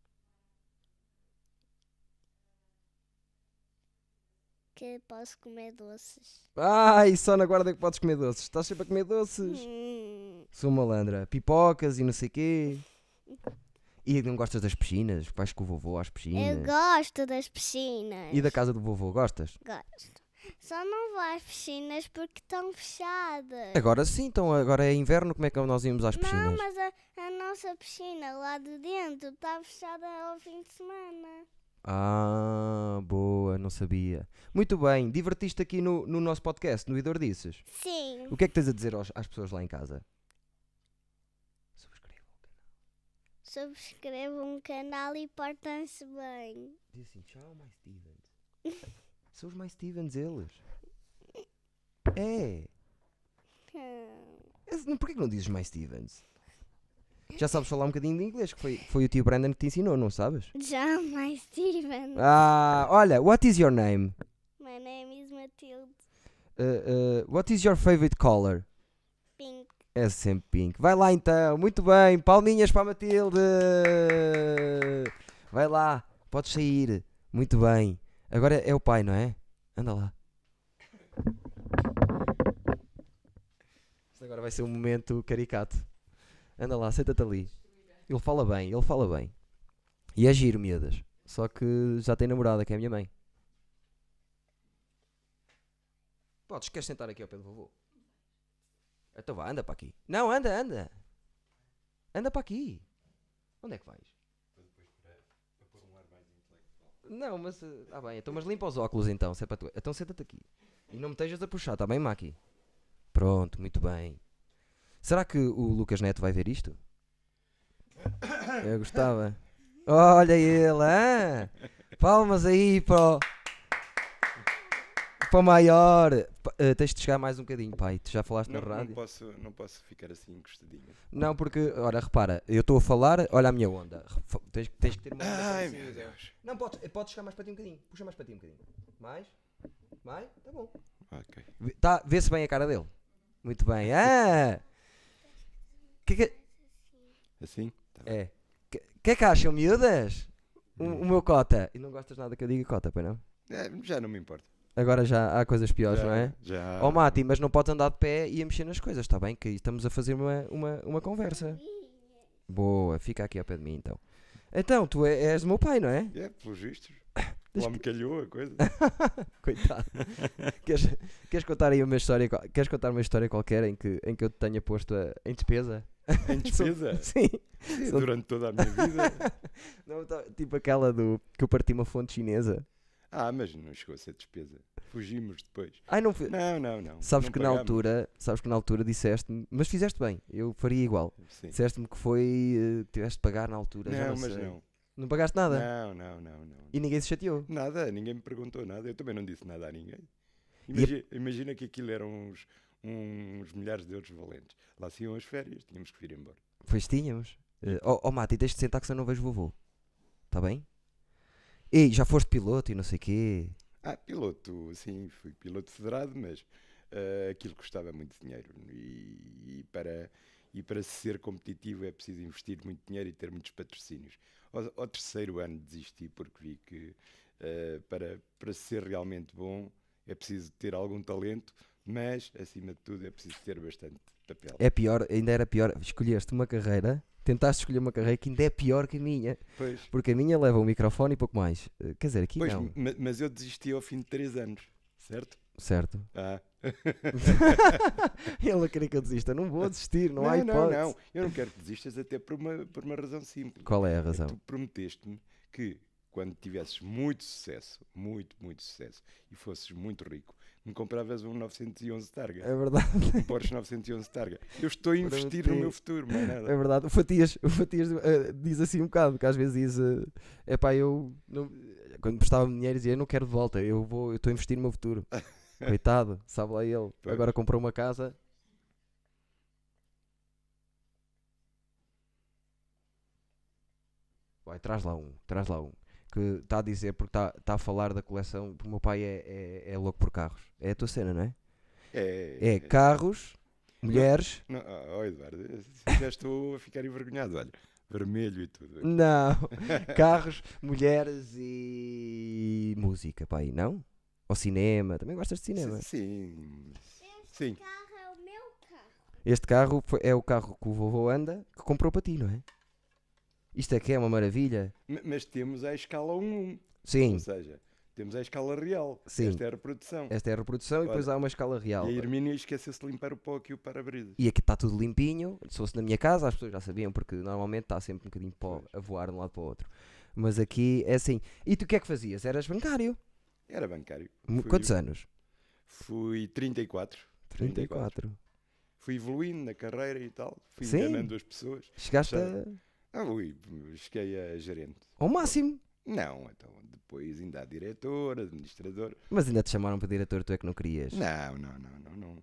Que posso comer doces. Ai, só na Guarda que podes comer doces. Estás sempre a comer doces. Sou malandra. Pipocas e não sei quê. E não gostas das piscinas? Vais com o vovô às piscinas? Eu gosto das piscinas. E da casa do vovô, gostas? Gosto. Só não vou às piscinas porque estão fechadas. Agora sim, então agora é inverno, como é que nós íamos às Não, piscinas? mas a nossa piscina lá de dentro está fechada ao fim de semana. Ah, boa, não sabia. Muito bem, divertiste aqui no nosso podcast, no Idor Disses. Sim. O que é que tens a dizer às pessoas lá em casa? Subscrevam um canal e portem-se bem. Diz assim, tchau, My Stevens. São os My Stevens eles. É. Porquê que não dizes My Stevens? Já sabes falar um bocadinho de inglês, que foi o tio Brandon que te ensinou, não sabes? Já, my Steven. Ah, olha, what is your name? My name is Matilde. What is your favorite color? Pink. É sempre pink. Vai lá então, muito bem, palminhas para a Matilde. Vai lá, podes sair. Muito bem. Agora é o pai, não é? Anda lá. Isto agora vai ser um momento caricato. Anda lá, senta-te ali. Ele fala bem, ele fala bem. E é giro, miúdas. Só que já tem namorada, que é a minha mãe. Queres sentar aqui ao pé do vovô? Então vá, anda para aqui. Não, anda. Anda para aqui. Onde é que vais? Não, mas... bem, então, mas limpa os óculos então, se é para tu. Então senta-te aqui. E não me estejas a puxar, está bem, Maki? Pronto, muito bem. Será que o Lucas Neto vai ver isto? Eu gostava. Olha ele, hein? Palmas aí para o maior. Tens de chegar mais um bocadinho, pai. Tu já falaste na rádio? Não posso ficar assim encostadinho. Não, porque, ora, repara, eu estou a falar, olha a minha onda. Tens que ter uma onda. Ai, parecida. meu Deus. Não, podes chegar mais para ti um bocadinho. Puxa mais para ti um bocadinho. Mais? Tá bom. Ok. Vê-se bem a cara dele. Muito bem. Ah! Que... Assim? Tá bem. É. Que é que acham, miúdas? O meu cota. E não gostas nada que eu diga cota, pois não? Já não me importa. Agora já há coisas piores, não é? Já. Oh Mati, mas não podes andar de pé e a mexer nas coisas, está bem? Que estamos a fazer uma conversa. Boa, fica aqui ao pé de mim então. Então, tu és o meu pai, não é? É, pelos vistos. Lá me calhou a coisa. Coitado. Queres contar aí uma história? Queres contar uma história qualquer em que eu te tenha posto em despesa? Em despesa? Sim. Sim, durante toda a minha vida. Não, tipo aquela que eu parti uma fonte chinesa. Mas não chegou a ser despesa. Fugimos depois. Ai, não foi. Não. Sabes não que pagámos. na altura disseste-me, mas fizeste bem, eu faria igual. Sim. Disseste-me que foi, tiveste de pagar na altura. Já Não, não mas sei. não. Não pagaste nada? Não. E ninguém se chateou? Nada, ninguém me perguntou nada. Eu também não disse nada a ninguém. Imagina que aquilo eram uns milhares de euros valentes. Lá se iam as férias, tínhamos que vir embora. Pois tínhamos. Mati, tens de sentar que senão não vejo vovô. Está bem? E já foste piloto e não sei o quê. Piloto, sim, fui piloto federado, mas aquilo custava muito dinheiro. E para ser competitivo é preciso investir muito dinheiro e ter muitos patrocínios. Ao terceiro ano desisti porque vi que para ser realmente bom é preciso ter algum talento, mas acima de tudo é preciso ter bastante papel. É pior, ainda era pior. Escolheste uma carreira, tentaste escolher uma carreira que ainda é pior que a minha. Pois, Porque a minha leva um microfone e pouco mais. Quer dizer, aqui pois, não. mas eu desisti ao fim de 3 anos, certo? Certo. Ah. Ele queria que eu desista. Não vou desistir, não há hipótese. Não, eu não quero que desistas até por uma razão simples. Qual é a razão? Tu prometeste-me que quando tivesses muito sucesso, muito sucesso, e fosses muito rico, me compravas um 911 Targa. É verdade. Um Porsche 911 Targa. Eu estou a investir no meu futuro, mais nada. É verdade. O Fatias diz assim um bocado, que às vezes diz: eu não, quando prestava-me dinheiro dizia: eu não quero de volta, eu estou a investir no meu futuro. Coitado, sabe lá ele. Pois. Agora comprou uma casa. Vai, traz lá um. Que está a dizer, porque está a falar da coleção. Porque o meu pai é louco por carros. É a tua cena, não é? É carros, mulheres. Não, Eduardo, já estou a ficar envergonhado. Olha, vermelho e tudo. Não, carros, mulheres e música, pai, não? Ou cinema, também gostas de cinema? Sim. Este carro é o meu carro. Este carro é o carro que o vovô anda, que comprou para ti, não é? Isto é que é uma maravilha. Mas temos a escala 1-1. Sim, Ou seja, temos a escala real. Sim. Esta é a reprodução. esta é a reprodução e depois há uma escala real. E a Hermínia esqueceu-se de limpar o pó aqui o para-brisa. E aqui está tudo limpinho. Se fosse na minha casa, as pessoas já sabiam, porque normalmente está sempre um bocadinho de pó a voar de um lado para o outro. Mas aqui é assim. E tu o que é que fazias? Eras bancário? Era bancário. Quantos anos? Fui 34. 34. Fui evoluindo na carreira e tal. Fui Sim. enganando as pessoas. Chegaste Cheguei a gerente. ao máximo. Não, então depois ainda há diretor, administrador. Mas ainda te chamaram para diretor, tu é que não querias. Não.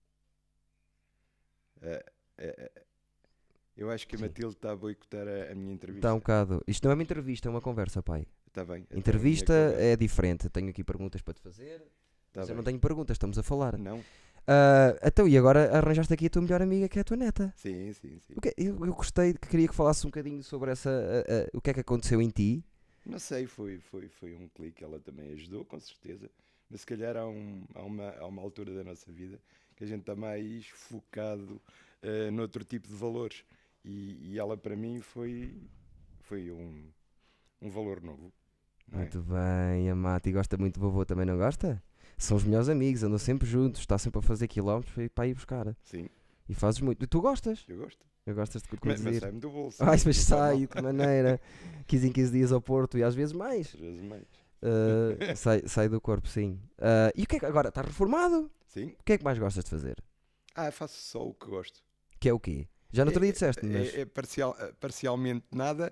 Eu acho que a Sim. Matilde está a boicotar a minha entrevista. Está um bocado. Isto não é uma entrevista, é uma conversa, pai. Está bem. então, Entrevista a minha conversa. é diferente. Tenho aqui perguntas para te fazer. Tá Mas eu bem. não tenho perguntas, estamos a falar. Não? Então, e agora arranjaste aqui a tua melhor amiga, que é a tua neta. Sim. Eu gostei, queria que falasses um bocadinho sobre o que é que aconteceu em ti. Não sei, foi um clique, ela também ajudou, com certeza. Mas se calhar há uma altura da nossa vida que a gente está mais focado noutro tipo de valores. E ela para mim foi um valor novo. Não é? Muito bem, a Mati gosta muito do vovô, também não gosta? São os melhores amigos, andam sempre juntos, está sempre a fazer quilómetros para ir buscar. Sim, E fazes muito. E tu gostas? eu gosto. Eu gostas de Mas conduzir. sai-me do bolso. Ai, mas não faz mal. sai de que maneira. 15 em 15 dias ao Porto e às vezes mais. Às vezes mais. Sai do corpo, sim. E o que é que agora? Estás reformado? Sim. O que é que mais gostas de fazer? Faço só o que gosto. Que é o quê? Já no outro dia disseste, mas. É parcialmente nada.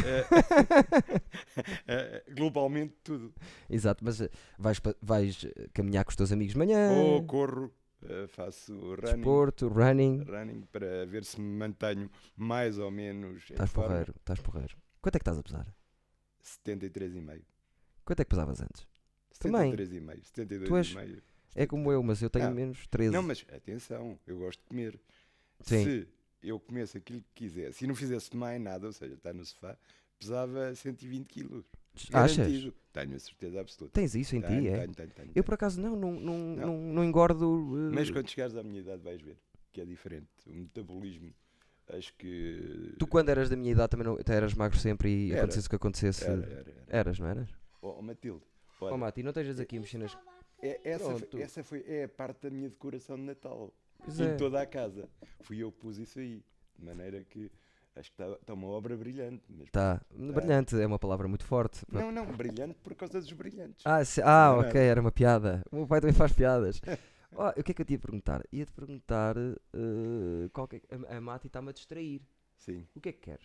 Globalmente tudo. Exato, mas vais caminhar com os teus amigos de manhã. Ou corro, faço Desporto, running. running para ver se me mantenho mais ou menos em Estás forma. porreiro. Quanto é que estás a pesar? 73,5. Quanto é que pesavas antes? Também. 73,5. Tu és- 72,5. É como eu, mas eu tenho Não. menos 13. Não, mas atenção, eu gosto de comer. Sim. Se eu comesse aquilo que quisesse e não fizesse mais nada, ou seja, estar no sofá, pesava 120 quilos. Achas? Garantido. Tenho a certeza absoluta. Tens isso em ti, é? Tenho. Eu por acaso não engordo. Mas quando chegares à minha idade vais ver que é diferente. O metabolismo, acho que... Tu quando eras da minha idade também não, até eras magro sempre e Era. acontecesse o que acontecesse. Era. Eras, não eras? Oh, Matilde, Oh olha, Mati, não estejas aqui a mexer nas. Pronto. essa foi a parte da minha decoração de Natal. Pois Em é. toda a casa. Fui eu que pus isso aí. De maneira que acho que está uma obra brilhante. Mas Tá. Brilhante é uma palavra muito forte. Não, brilhante por causa dos brilhantes. Não é Não é ok, era uma piada. O meu pai também faz piadas. O que é que eu te ia perguntar? Ia-te perguntar. A Mati está-me a distrair. Sim. O que é que queres?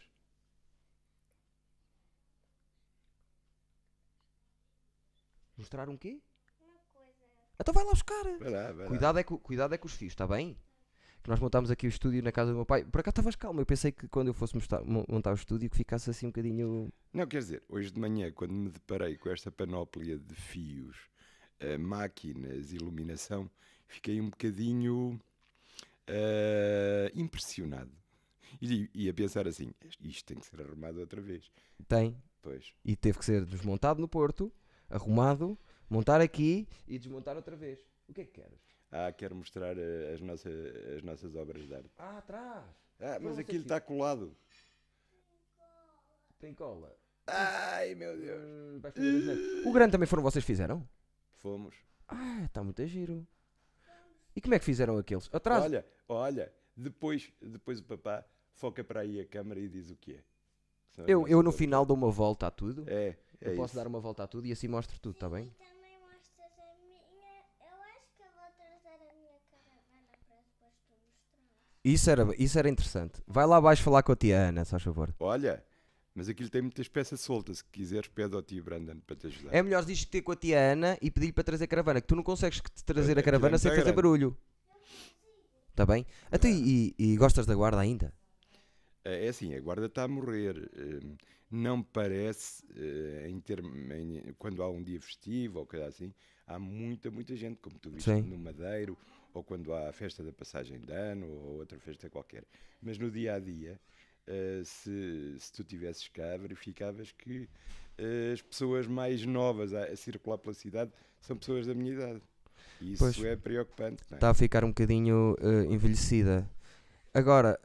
Mostrar um quê? Então vai lá buscar. Vai lá. Cuidado é com os fios, está bem? que nós montámos aqui o estúdio na casa do meu pai. Por acaso estavas calmo, eu pensei que quando eu fosse montar o estúdio que ficasse assim um bocadinho... Não, quer dizer, hoje de manhã, quando me deparei com esta panóplia de fios, máquinas, iluminação, fiquei um bocadinho impressionado. E a pensar assim, isto tem que ser arrumado outra vez. Tem, Pois. e teve que ser desmontado no Porto, arrumado, montar aqui e desmontar outra vez. O que é que queres? Quero mostrar as nossas obras de arte. Ah, atrás! Mas Não, aquilo sei está colado. Tem cola. Ai, meu Deus. Vais fazer asneira. O grande também foram vocês que fizeram? Fomos. Está muito a giro. E como é que fizeram aqueles? Atrás? Olha, depois o papá foca para aí a câmara e diz o que é. Senão Eu não no se pode. final dou uma volta a tudo. É Eu posso isso. dar uma volta a tudo e assim mostro tudo, está bem? E também mostras a minha. Eu acho que eu vou trazer a minha caravana para depois tu mostrar. Isso era interessante. Vai lá abaixo falar com a tia Ana, se faz favor. Olha, mas aquilo tem muitas peças soltas. Se quiseres, pede ao tio Brandon para te ajudar. É melhor discutir com a tia Ana e pedir-lhe para trazer a caravana, que tu não consegues trazer a Aquilo caravana é sem muito fazer grande. barulho. Está bem? Até e gostas da guarda ainda? É assim, a guarda está a morrer. Não me parece, quando há um dia festivo ou coisa assim, há muita gente, como tu viste Sim. no Madeiro, ou quando há a festa da passagem de ano, ou outra festa qualquer. Mas no dia a dia, se tu tivesses cá, verificavas que as pessoas mais novas a circular pela cidade são pessoas da minha idade. E isso Pois. é preocupante. Não é? Está a ficar um bocadinho envelhecida. Agora...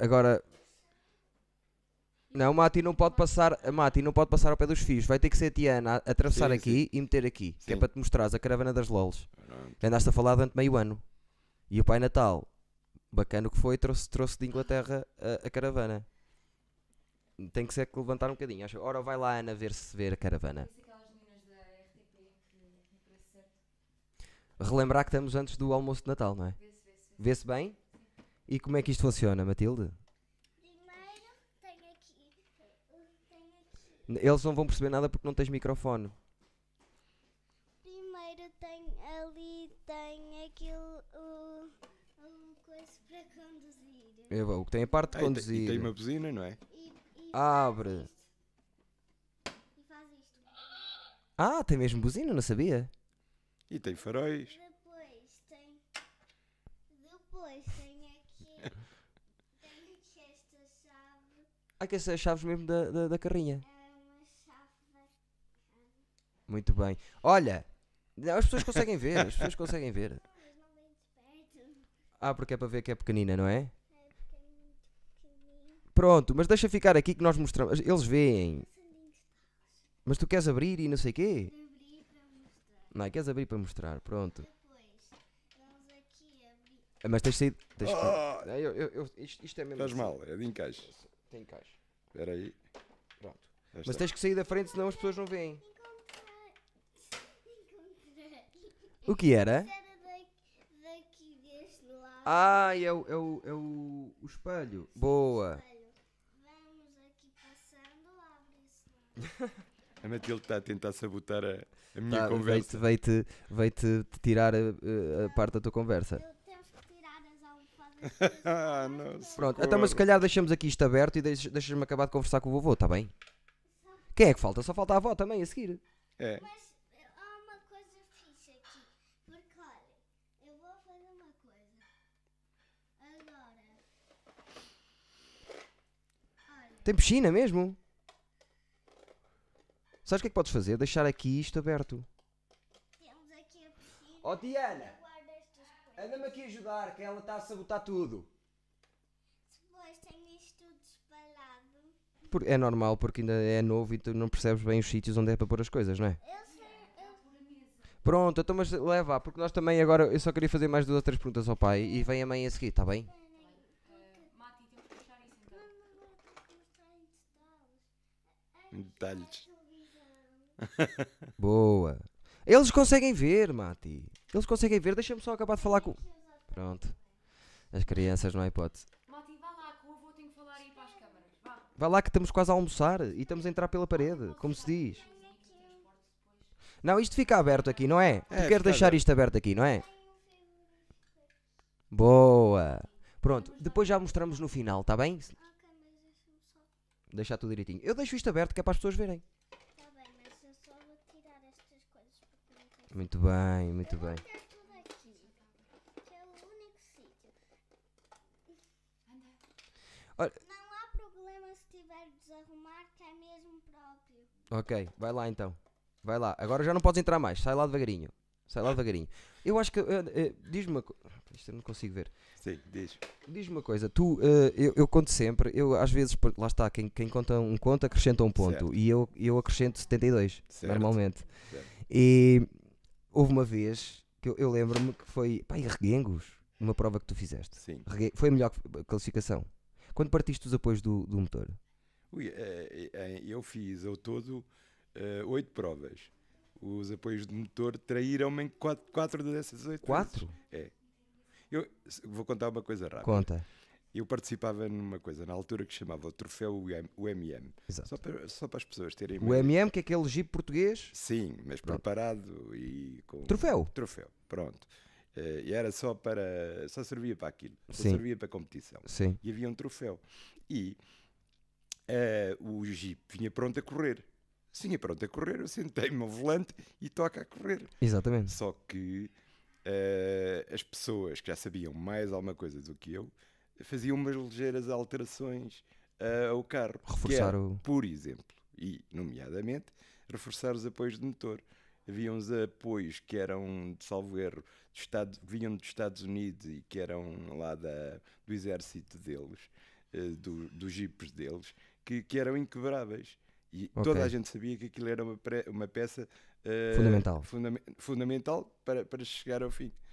Não, Mati não pode passar ao pé dos fios. Vai ter que ser a tia Ana a atravessar Sim, aqui e meter aqui. Que é Sim. para te mostrares a caravana das LOLs. Pronto. Andaste a falar durante meio ano. E o Pai Natal, bacana que foi, trouxe de Inglaterra a caravana. Tem que ser que levantar um bocadinho. Ora, vai lá, Ana, ver se vê a caravana. Relembrar que estamos antes do almoço de Natal, não é? Vê-se bem? E como é que isto funciona, Matilde? Primeiro tenho aqui. Eles não vão perceber nada porque não tens microfone. Primeiro tem aquilo. Coisa para conduzir. O que tem a parte de E tem conduzir. uma buzina, não é? E Abre. E faz isto. Tem mesmo buzina, não sabia? E tem faróis. Depois tem aqui. Tem aqui esta chave. Que essas são as chaves mesmo da carrinha. É uma chave. Muito bem. Olha, as pessoas conseguem ver, as pessoas conseguem ver. Não, mas não vem de perto. Porque é para ver que é pequenina, não é? É porque é muito pequenino. Pronto, mas deixa ficar aqui que nós mostramos. Eles veem. Sandinhos de Mas tu queres abrir e não sei quê? abrir para mostrar. Não, queres abrir para mostrar, pronto. Depois, eles aqui abrir. Mas tens saído. Ah! Isto é mesmo. Estás assim. mal, é de encaixe. Tem caixa. Espera aí. Pronto. Já Mas está. tens que sair da frente, senão as pessoas não veem. Encontrei. O que era? Isso era daqui deste lado. É o espelho. Boa. Olha, vamos aqui passando, abre esse lado. A Matilde está a tentar sabotar a minha Tá, conversa. veio-te tirar a parte da tua conversa. Temos que tirar as almofadas. Não, Pronto, então, mas se calhar deixamos aqui isto aberto e deixas-me acabar de conversar com o vovô, está bem? Quem é que falta? Só falta a avó também a seguir. É. Mas há uma coisa fixe aqui. Porque olha, eu vou fazer uma coisa. Agora. Olha, Tem piscina mesmo? Sabes o que é que podes fazer? Deixar aqui isto aberto. temos aqui a piscina. Oh, Diana, Guarda estas coisas. anda-me aqui ajudar, que ela está a sabotar tudo. Depois tem isto tudo espalhado. É normal, porque ainda é novo e tu não percebes bem os sítios onde é para pôr as coisas, não é? Eu sei. Pronto, então mas leva, porque nós também agora, eu só queria fazer mais 2 ou 3 perguntas ao pai e vem a mãe a seguir, está bem? Mati, temos que fechar isso então. Em detalhes. Boa. Eles conseguem ver, Mati. Eles conseguem ver, deixa-me só acabar de falar com... Pronto. As crianças não há hipótese. Mati, vá lá, que o avô tem que falar aí para as câmaras. Vá. Vai lá que estamos quase a almoçar e estamos a entrar pela parede, como se diz. Não, isto fica aberto aqui, não é? Tu queres fica deixar aberto. isto aberto aqui, não é? Boa. Pronto. Depois já mostramos no final, está bem? Ok, mas deixa-me só. Deixar tudo direitinho. Eu deixo isto aberto que é para as pessoas verem. Tá bem, mas eu só vou tirar estas coisas porque não quero. Muito bem, muito bem. Vou ter tudo aqui, que é o único sítio. Olha- Não há problema se tiver de desarrumar, que é mesmo próprio. Ok, vai lá então. Vai lá. Agora já não podes entrar mais. Sai lá devagarinho. Sai lá devagarinho. Eu acho que. Diz-me uma coisa. Isto eu não consigo ver. Sim, diz. Diz-me uma coisa. Tu, eu conto sempre. Eu às vezes. Lá está. Quem conta um conto acrescenta um ponto. Certo. E eu acrescento 72. Certo. Normalmente. Certo. E houve uma vez que eu lembro-me que foi. Pá, em Reguengos. Numa prova que tu fizeste. Sim. Foi a melhor classificação. Quando partiste os apoios do motor? Ui, eu fiz ao todo 8 provas. Os apoios de motor traíram-me em 4 dessas 8 4? Eu vou contar uma coisa rápida. Conta. Eu participava numa coisa na altura que se chamava o troféu UMM. Exato. Só para as pessoas terem O MM, que é aquele jeep português. Sim, mas Pronto. preparado e com Troféu. troféu. Pronto. E era só servia para aquilo. Só Sim. servia para competição. Sim. E havia um troféu. E o Jeep vinha pronto a correr. Se vinha pronto a correr, eu sentei-me ao volante e toca a correr. Exatamente. Só que as pessoas que já sabiam mais alguma coisa do que eu faziam umas ligeiras alterações ao carro. Reforçar que era, o- por exemplo, e nomeadamente, reforçar os apoios de motor. Havia uns apoios que eram, de salvo erro, vinham dos Estados Unidos e que eram lá do exército deles, dos jipes deles, que eram inquebráveis. E Ok. toda a gente sabia que aquilo era uma peça Fundamental. fundamental para chegar ao fim.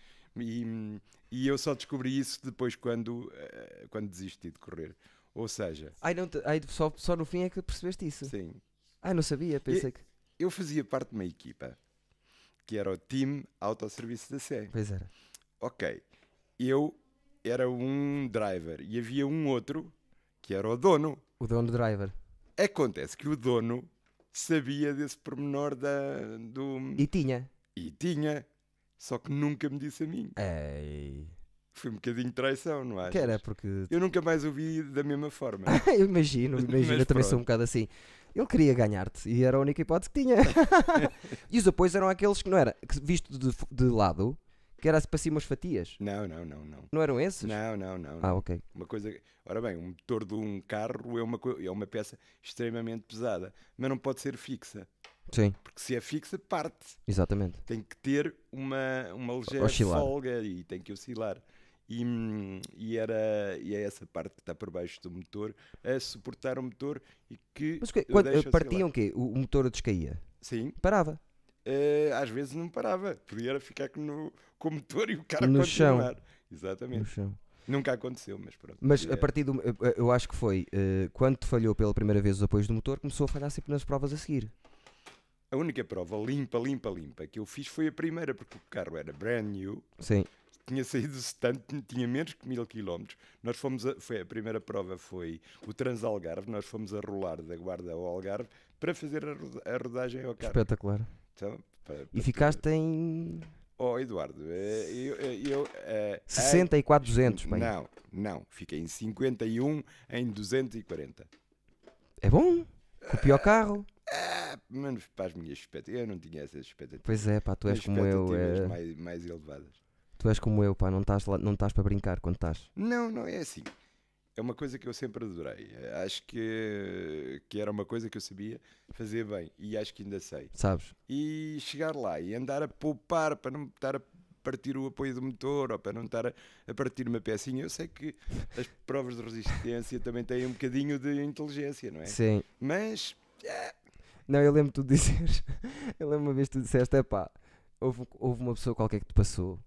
E eu só descobri isso depois quando desisti de correr. Ou seja, Só no fim é que percebeste isso. sim, Não sabia, pensei que. eu fazia parte de uma equipa que era o Team Autosserviço da Sé. Pois era. Ok, eu era um driver e havia um outro que era o dono. O dono do driver. Acontece que o dono sabia desse pormenor do... E tinha. E tinha, só que nunca me disse a mim. Ei. Foi um bocadinho de traição, não achas? Que era porque. Eu nunca mais ouvi da mesma forma. Eu imagino, Mas eu também sou pronto. um bocado assim. Ele queria ganhar-te e era a única hipótese que tinha. E os apoios eram aqueles que não era, que visto de lado, que era para cima as fatias. Não. Não eram esses? Não. Ok. Uma coisa, ora bem, um motor de um carro é uma peça extremamente pesada, mas não pode ser fixa, Sim, porque se é fixa, parte. exatamente. Tem que ter uma ligeira Oscilar. folga e tem que oscilar. E é essa parte que está por baixo do motor a suportar o motor e que Mas eu deixo partiam oscilar. o quê? O motor descaía? Sim, Parava. às vezes não parava, podia era ficar com o motor e o carro No chão. continuar. No Exatamente. chão. Nunca aconteceu, mas pronto. Mas É. a partir do. Eu acho que foi quando te falhou pela primeira vez os apoios do motor, começou a falhar sempre nas provas a seguir. A única prova limpa que eu fiz foi a primeira, porque o carro era brand new, Sim. tinha saído do stand, tinha menos que 1000 km. Nós fomos a primeira prova foi o Transalgarve, nós fomos a rolar da Guarda ao Algarve para fazer a rodagem ao carro. Espetacular. Então, E ficaste em Eduardo, 64,200. bem. Não, fiquei em 51 em 240. É bom? Com o pior carro? Menos para as minhas expectativas, eu não tinha essas expectativas. Pois é, pá, tu és como eu. Expectativas mais elevadas. Tu és como eu, pá, não estás para brincar quando estás. Não é assim. É uma coisa que eu sempre adorei. Acho que era uma coisa que eu sabia fazer bem e acho que ainda sei. Sabes? E chegar lá e andar a poupar para não estar a partir o apoio do motor ou para não estar a partir uma pecinha. Eu sei que as provas de resistência também têm um bocadinho de inteligência, não é? Sim. Mas Não, eu lembro-me tu dizeres. Eu lembro uma vez que tu disseste: é pá, houve uma pessoa qualquer que te passou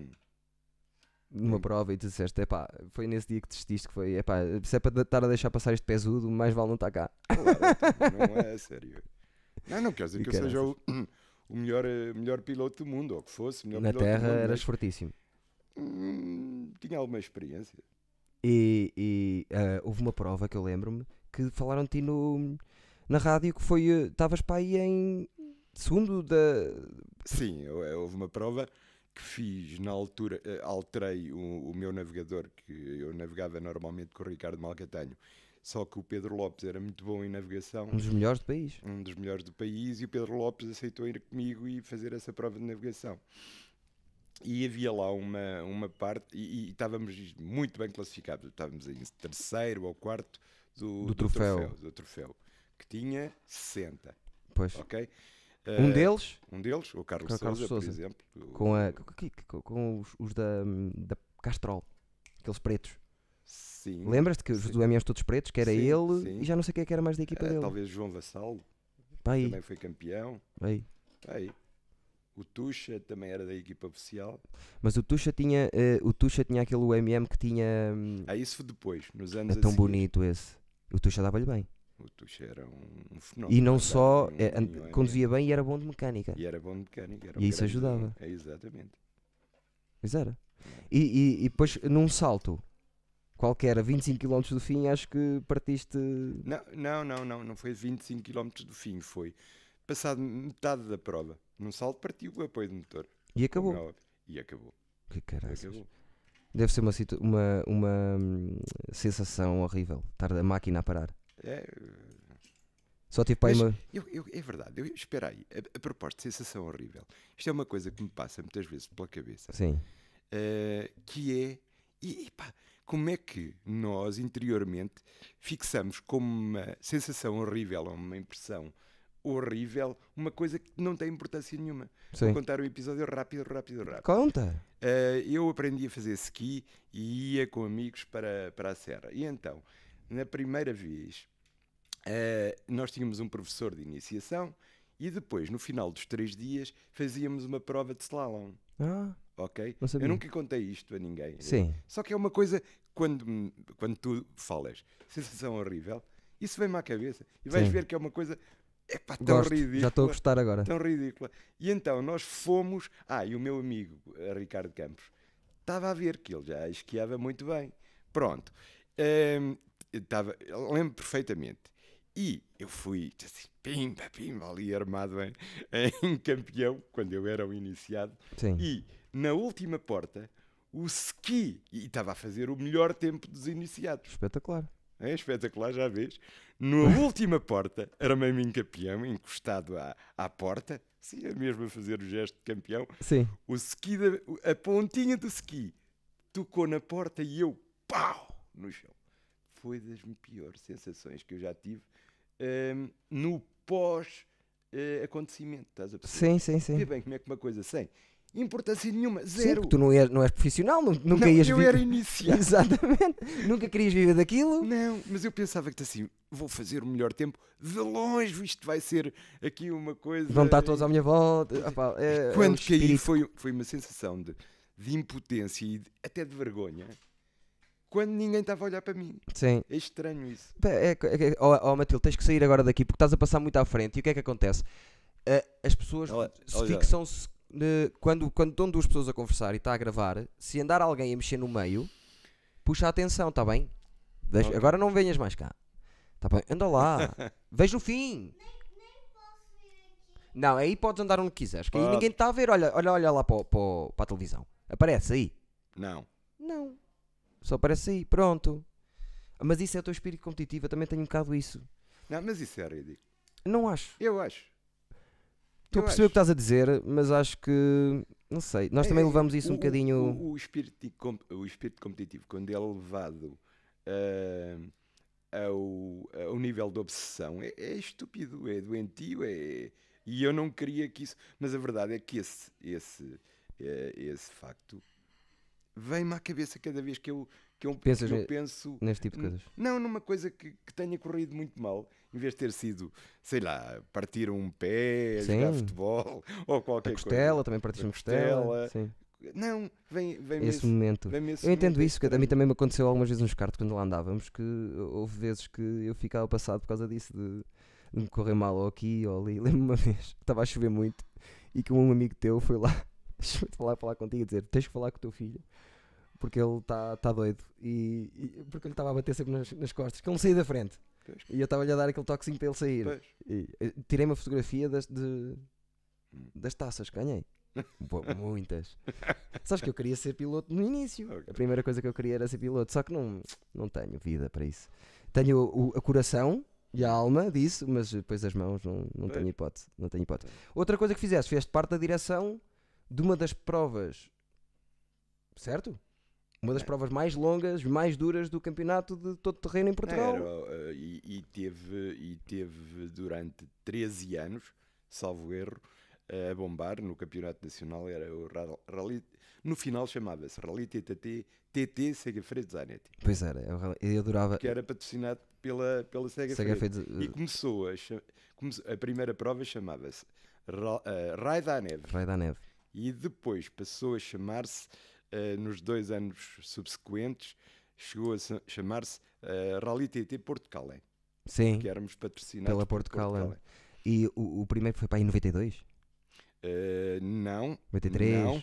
numa prova e tu disseste: é pá, foi nesse dia que desististe que foi: é pá, se é para estar a deixar passar este pesudo, mais vale não estar cá. claro, não é sério. Não quer dizer E que eu seja o melhor piloto do mundo, ou que fosse o melhor Na piloto do terra mundo. eras mas, fortíssimo. tinha alguma experiência. E houve uma prova que eu lembro-me que falaram de ti na rádio que foi. Estavas para aí em segundo da. Sim, houve uma prova que fiz na altura, alterei o meu navegador, que eu navegava normalmente com o Ricardo Malcatanho, só que o Pedro Lopes era muito bom em navegação, Um dos melhores do país. um dos melhores do país, e o Pedro Lopes aceitou ir comigo e fazer essa prova de navegação. E havia lá uma parte, e estávamos muito bem classificados, estávamos em terceiro ou quarto Do troféu. do troféu, que tinha 60, Pois. ok? Um deles, Um deles, o Carlos Com o Carlos Sousa, por Sousa. exemplo. com os da Castrol, aqueles pretos. Sim. Lembras-te que os Sim. do MS todos pretos, que era Sim, ele sim. e já não sei quem é que era mais da equipa dele. Talvez João Vassalo, Pá, aí, também foi campeão. aí. Aí. O Tuxa também era da equipa oficial. Mas o Tuxa tinha aquele UMM que tinha. Isso foi depois, nos É anos a tão seguir. bonito esse. O Tuxa dava-lhe bem. O Tuxa era um fenómeno. E não andava só em OMM. conduzia bem e era bom de mecânica. E era bom de mecânica. Era E um isso grande ajudava. jogador. Exatamente. Pois era. E depois, num salto qualquer, a 25 km do fim, acho que partiste. Não foi 25 km do fim, foi passado metade da prova. Num salto partiu o apoio do motor. E acabou. Como é óbvio. E acabou. Que caraças. Acabou. Deve ser uma sensação horrível estar a máquina a parar. Só tive para aí Mas uma. é verdade, espera aí, a propósito de sensação horrível, isto é uma coisa que me passa muitas vezes pela cabeça, Sim. que é, pá, como é que nós interiormente fixamos como uma sensação horrível ou uma impressão horrível uma coisa que não tem importância nenhuma. Vou Sim. contar um episódio rápido. Conta. Eu aprendi a fazer ski e ia com amigos para a serra. E então, na primeira vez, nós tínhamos um professor de iniciação e depois, no final dos 3 dias, fazíamos uma prova de slalom. Ah, Ok? não sabia. Eu nunca contei isto a ninguém. Sim. Só que é uma coisa, quando tu falas, sensação horrível, isso vem-me à cabeça. E vais Sim. ver que é uma coisa tão Gosto. ridícula. Já estou a gostar agora. Tão ridícula. E então nós fomos. E o meu amigo Ricardo Campos estava a ver que ele já esquiava muito bem. Pronto. Lembro perfeitamente. E eu fui assim, pimba, ali armado em campeão, quando eu era o iniciado. Sim. E na última porta, o ski. E estava a fazer o melhor tempo dos iniciados. Espetacular. É espetacular, já vês. Na última porta, armei-me em campeão, encostado à porta, sim, mesmo a fazer o gesto de campeão. Sim. O ski, a pontinha do ski tocou na porta e eu, pau, no chão. Foi das piores sensações que eu já tive no pós-acontecimento, estás a perceber? Sim. Vê bem como é que uma coisa sem importância nenhuma, Sim, zero. porque tu não és profissional, nunca Não, ias eu viver. era iniciado. Exatamente. Nunca querias viver daquilo. Não, mas eu pensava que assim, vou fazer o melhor tempo de longe, isto vai ser aqui uma coisa. Vão estar todos à minha volta. Quando o caí espírito. foi uma sensação de impotência e até de vergonha, quando ninguém estava a olhar para mim. Sim. É estranho isso. Matilde, tens que sair agora daqui porque estás a passar muito à frente. E o que é que acontece? As pessoas Olha, fixam-se quando estão duas pessoas a conversar e está a gravar. Se andar alguém a mexer no meio, puxa a atenção, está bem? Ok. Agora não venhas mais cá. Está bem? Anda lá. Veja o fim. Não, aí podes andar onde quiseres. Que aí Pode. ninguém está a ver. Olha lá para a televisão. Aparece aí. Não. Não. Só aparece aí. Pronto. Mas isso é o teu espírito competitivo. Eu também tenho um bocado isso. Não, mas isso é ridículo. Não acho. Eu acho. Estou a perceber o que estás a dizer, mas acho que... Não sei. Nós também levamos isso um bocadinho... O espírito competitivo, quando é levado ao nível de obsessão, é estúpido, é doentio, e eu não queria que isso... Mas a verdade é que esse facto vem-me à cabeça cada vez que eu penso... Neste tipo de coisas. Não, numa coisa que tenha corrido muito mal, em vez de ter sido, sei lá, partir um pé, Sim. jogar futebol ou qualquer A coisa. costela, também partiste uma costela. Sim. Não, vem Esse momento. Eu entendo isso, que a mim também me aconteceu algumas vezes nos karts quando lá andávamos, que houve vezes que eu ficava passado por causa disso, de me correr mal ou aqui ou ali. Lembro-me uma vez que estava a chover muito e que um amigo teu foi lá falar contigo e dizer: tens que falar com o teu filho porque ele está doido, e porque ele estava a bater sempre nas costas, que ele não saía da frente. Pois. E eu estava-lhe a dar aquele toquezinho para ele sair. Pois. E tirei uma fotografia das taças que ganhei. Muitas. Sabes que eu queria ser piloto no início. Ok. A primeira coisa que eu queria era ser piloto, só que não tenho vida para isso. Tenho o coração e a alma disso, mas depois as mãos não tenho hipótese. Não tenho hipótese. Outra coisa que fizeste parte da direção de uma das provas, certo? Uma das provas mais longas, mais duras do campeonato de todo terreno em Portugal. E teve durante 13 anos, salvo erro, a bombar no campeonato nacional. Era o Rally, no final chamava-se Rally TT Segafredo Zanetti, Pois era, eu adorava. que era patrocinado pela Segafredo. E começou a primeira prova chamava-se Raio da Neve. Raio da Neve. E depois passou a chamar-se, nos 2 anos subsequentes, chegou a chamar-se Rally TT Porto Calais, Sim, que éramos patrocinados pela por Porto Calais. E o primeiro foi para aí em 92? Não. 93? Não.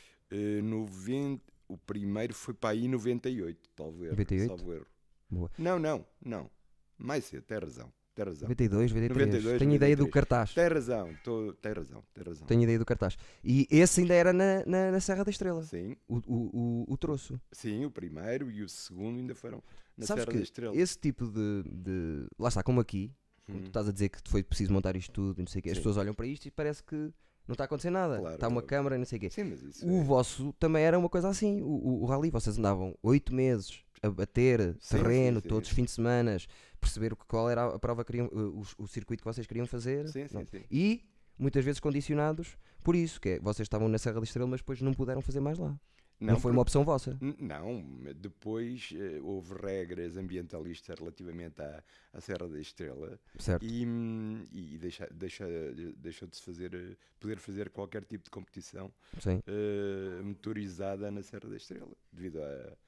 90, o primeiro foi para aí em 98, talvez. 98? Salvo erro. Boa. Não. Mais cedo, tem razão. 92, 93. 92, Tenho ideia do 93. cartaz. Tem razão. Tenho ideia do cartaz. E esse ainda era na Serra da Estrela. Sim, O troço. sim, o primeiro e o segundo ainda foram na Sabes Serra que da Estrela. esse tipo de. Lá está, como aqui, como tu estás a dizer que foi preciso montar isto tudo e não sei o quê. As Sim. pessoas olham para isto e parece que não está a acontecer nada. Claro, Está uma claro. câmara e não sei o quê. Sim, mas isso O vosso também era uma coisa assim. O rally, vocês andavam 8 meses a bater Sim, terreno, sim. todos os fins de semana, perceber qual era a prova que queriam, o circuito que vocês queriam fazer. Sim. E muitas vezes condicionados por isso, que é, vocês estavam na Serra da Estrela, mas depois não puderam fazer mais lá. Não foi uma opção vossa. Não, depois houve regras ambientalistas relativamente à Serra da Estrela Certo. e deixou de se poder fazer qualquer tipo de competição Sim. motorizada na Serra da Estrela, devido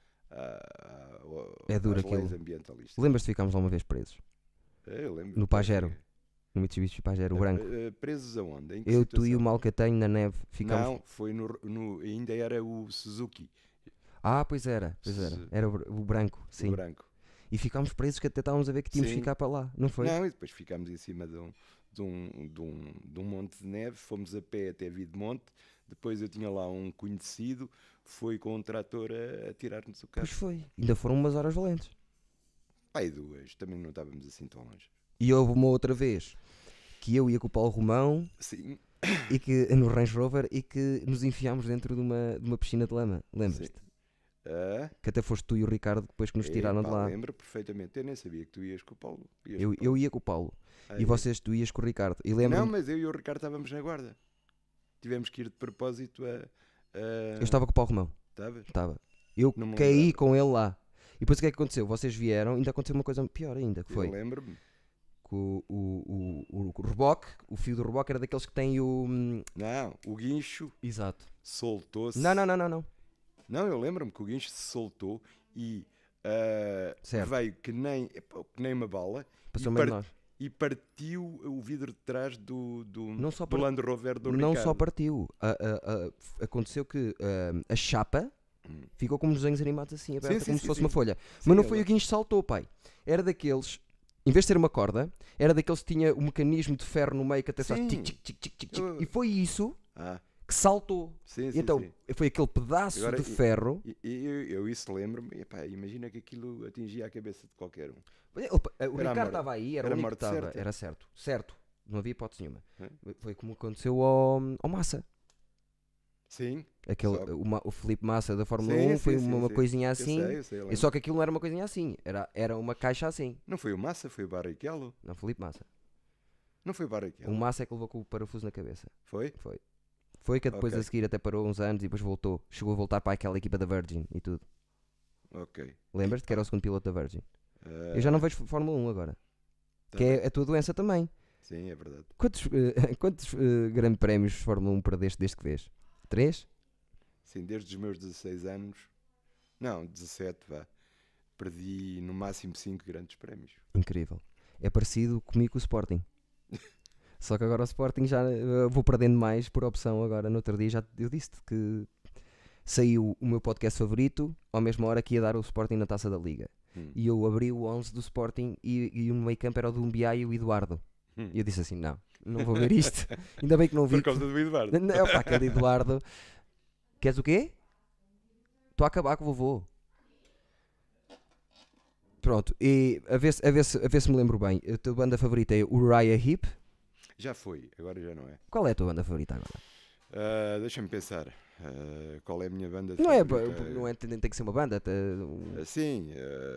É duro às leis aquilo. ambientalistas. Lembras-te que ficámos lá uma vez presos? Eu lembro. No Pajero. No Mitsubishi Pajero, o branco. Presos aonde? Em que Eu, tu e o situação? Malcatenho na neve ficámos. Não, foi ainda era o Suzuki, Ah, pois era. Era o branco, o sim. branco. E ficámos presos que até estávamos a ver que tínhamos de Sim. ficar para lá, não foi? Não, e depois ficámos em cima de um monte de neve, fomos a pé até Videmonte, depois eu tinha lá um conhecido, foi com um trator a tirar-nos o carro. Pois foi. Ainda foram umas horas valentes. Pai, 2, também não estávamos assim tão longe. E houve uma outra vez que eu ia com o Paulo Romão Sim, e que, no Range Rover e que nos enfiámos dentro de uma piscina de lama. Lembras-te? Que até foste tu e o Ricardo depois que nos tiraram de lá. Lembro perfeitamente, eu nem sabia que tu ias com o Paulo. Eu ia com o Paulo e tu ias com o Ricardo. E lembro Não, mas eu e o Ricardo estávamos na guarda. Tivemos que ir de propósito eu estava com o Paulo Romão. Estavas? Estava. Eu Não me caí lembrava. com ele lá. E depois o que é que aconteceu? Vocês vieram, ainda aconteceu uma coisa pior ainda, que Eu foi lembro-me. que o reboque, o fio do reboque era daqueles que tem o... Não, o guincho Exato. soltou-se. Não. Não, eu lembro-me que o guincho se soltou e Certo. veio que nem uma bala Passou meio de nós. e partiu o vidro de trás do Não só do Land Rover do Não Ricardo. só partiu. Aconteceu que a chapa ficou como nos desenhos animados assim, aberta, Sim, como sim, se fosse sim. uma folha. Sim, Mas não eu foi o lembro. guincho que saltou, pai. Era daqueles, em vez de ter uma corda, era daqueles que tinha o mecanismo de ferro no meio que até faz Sim. tic, tic, tic, tic, tic, tic. Eu- E foi isso Ah, que saltou. sim, E sim, então sim. foi aquele pedaço Agora, de ferro. Eu isso lembro-me. E, epá, imagina que aquilo atingia a cabeça de qualquer um. O Era a Ricardo morte. estava aí, era Era o único morte que estava. certa. Era certo. Certo. Não havia hipótese nenhuma. É? Foi como aconteceu ao Massa. Sim. Aquele, Só- o Filipe Massa da Fórmula Sim, 1 foi sim, uma sim. coisinha assim. Eu sei, eu E lembro. só que aquilo não era uma coisinha assim. Era uma caixa assim. Não foi o Massa, foi o Barrichello. Não, Filipe Massa. Não foi o O Barrichello. Massa é que levou com o parafuso na cabeça. Foi? Foi que depois Ok. a seguir até parou uns anos e depois voltou. Chegou a voltar para aquela equipa da Virgin e tudo. Ok. Lembras-te que era o segundo piloto da Virgin? Ah, Eu já não vejo Fórmula 1 agora. tá Que bem. é a tua doença também. Sim, é verdade. Quantos grandes prémios de Fórmula 1 perdeste desde que vês? 3? Sim, desde os meus 16 anos. Não, 17, vá. Perdi no máximo 5 grandes prémios. Incrível. É parecido comigo com o Sporting. Só que agora o Sporting já vou perdendo mais por opção agora. No outro dia já eu disse-te que saiu o meu podcast favorito à mesma hora que ia dar o Sporting na Taça da Liga. E eu abri o 11 do Sporting e o meio campo era o do Umbiá e o Eduardo. E eu disse assim, não, Não vou ver isto. Ainda bem que não vi. Por causa do Eduardo. Não, pá, aquele Eduardo. Queres o quê? Estou a acabar com o vovô. Pronto, e a ver se me lembro bem. A tua banda favorita é Uriah Heep. Já foi, agora já não é. Qual é a tua banda favorita agora? Deixa-me pensar. Qual é a minha banda Não é, favorita? não é, nem tem que ser uma banda. Sim,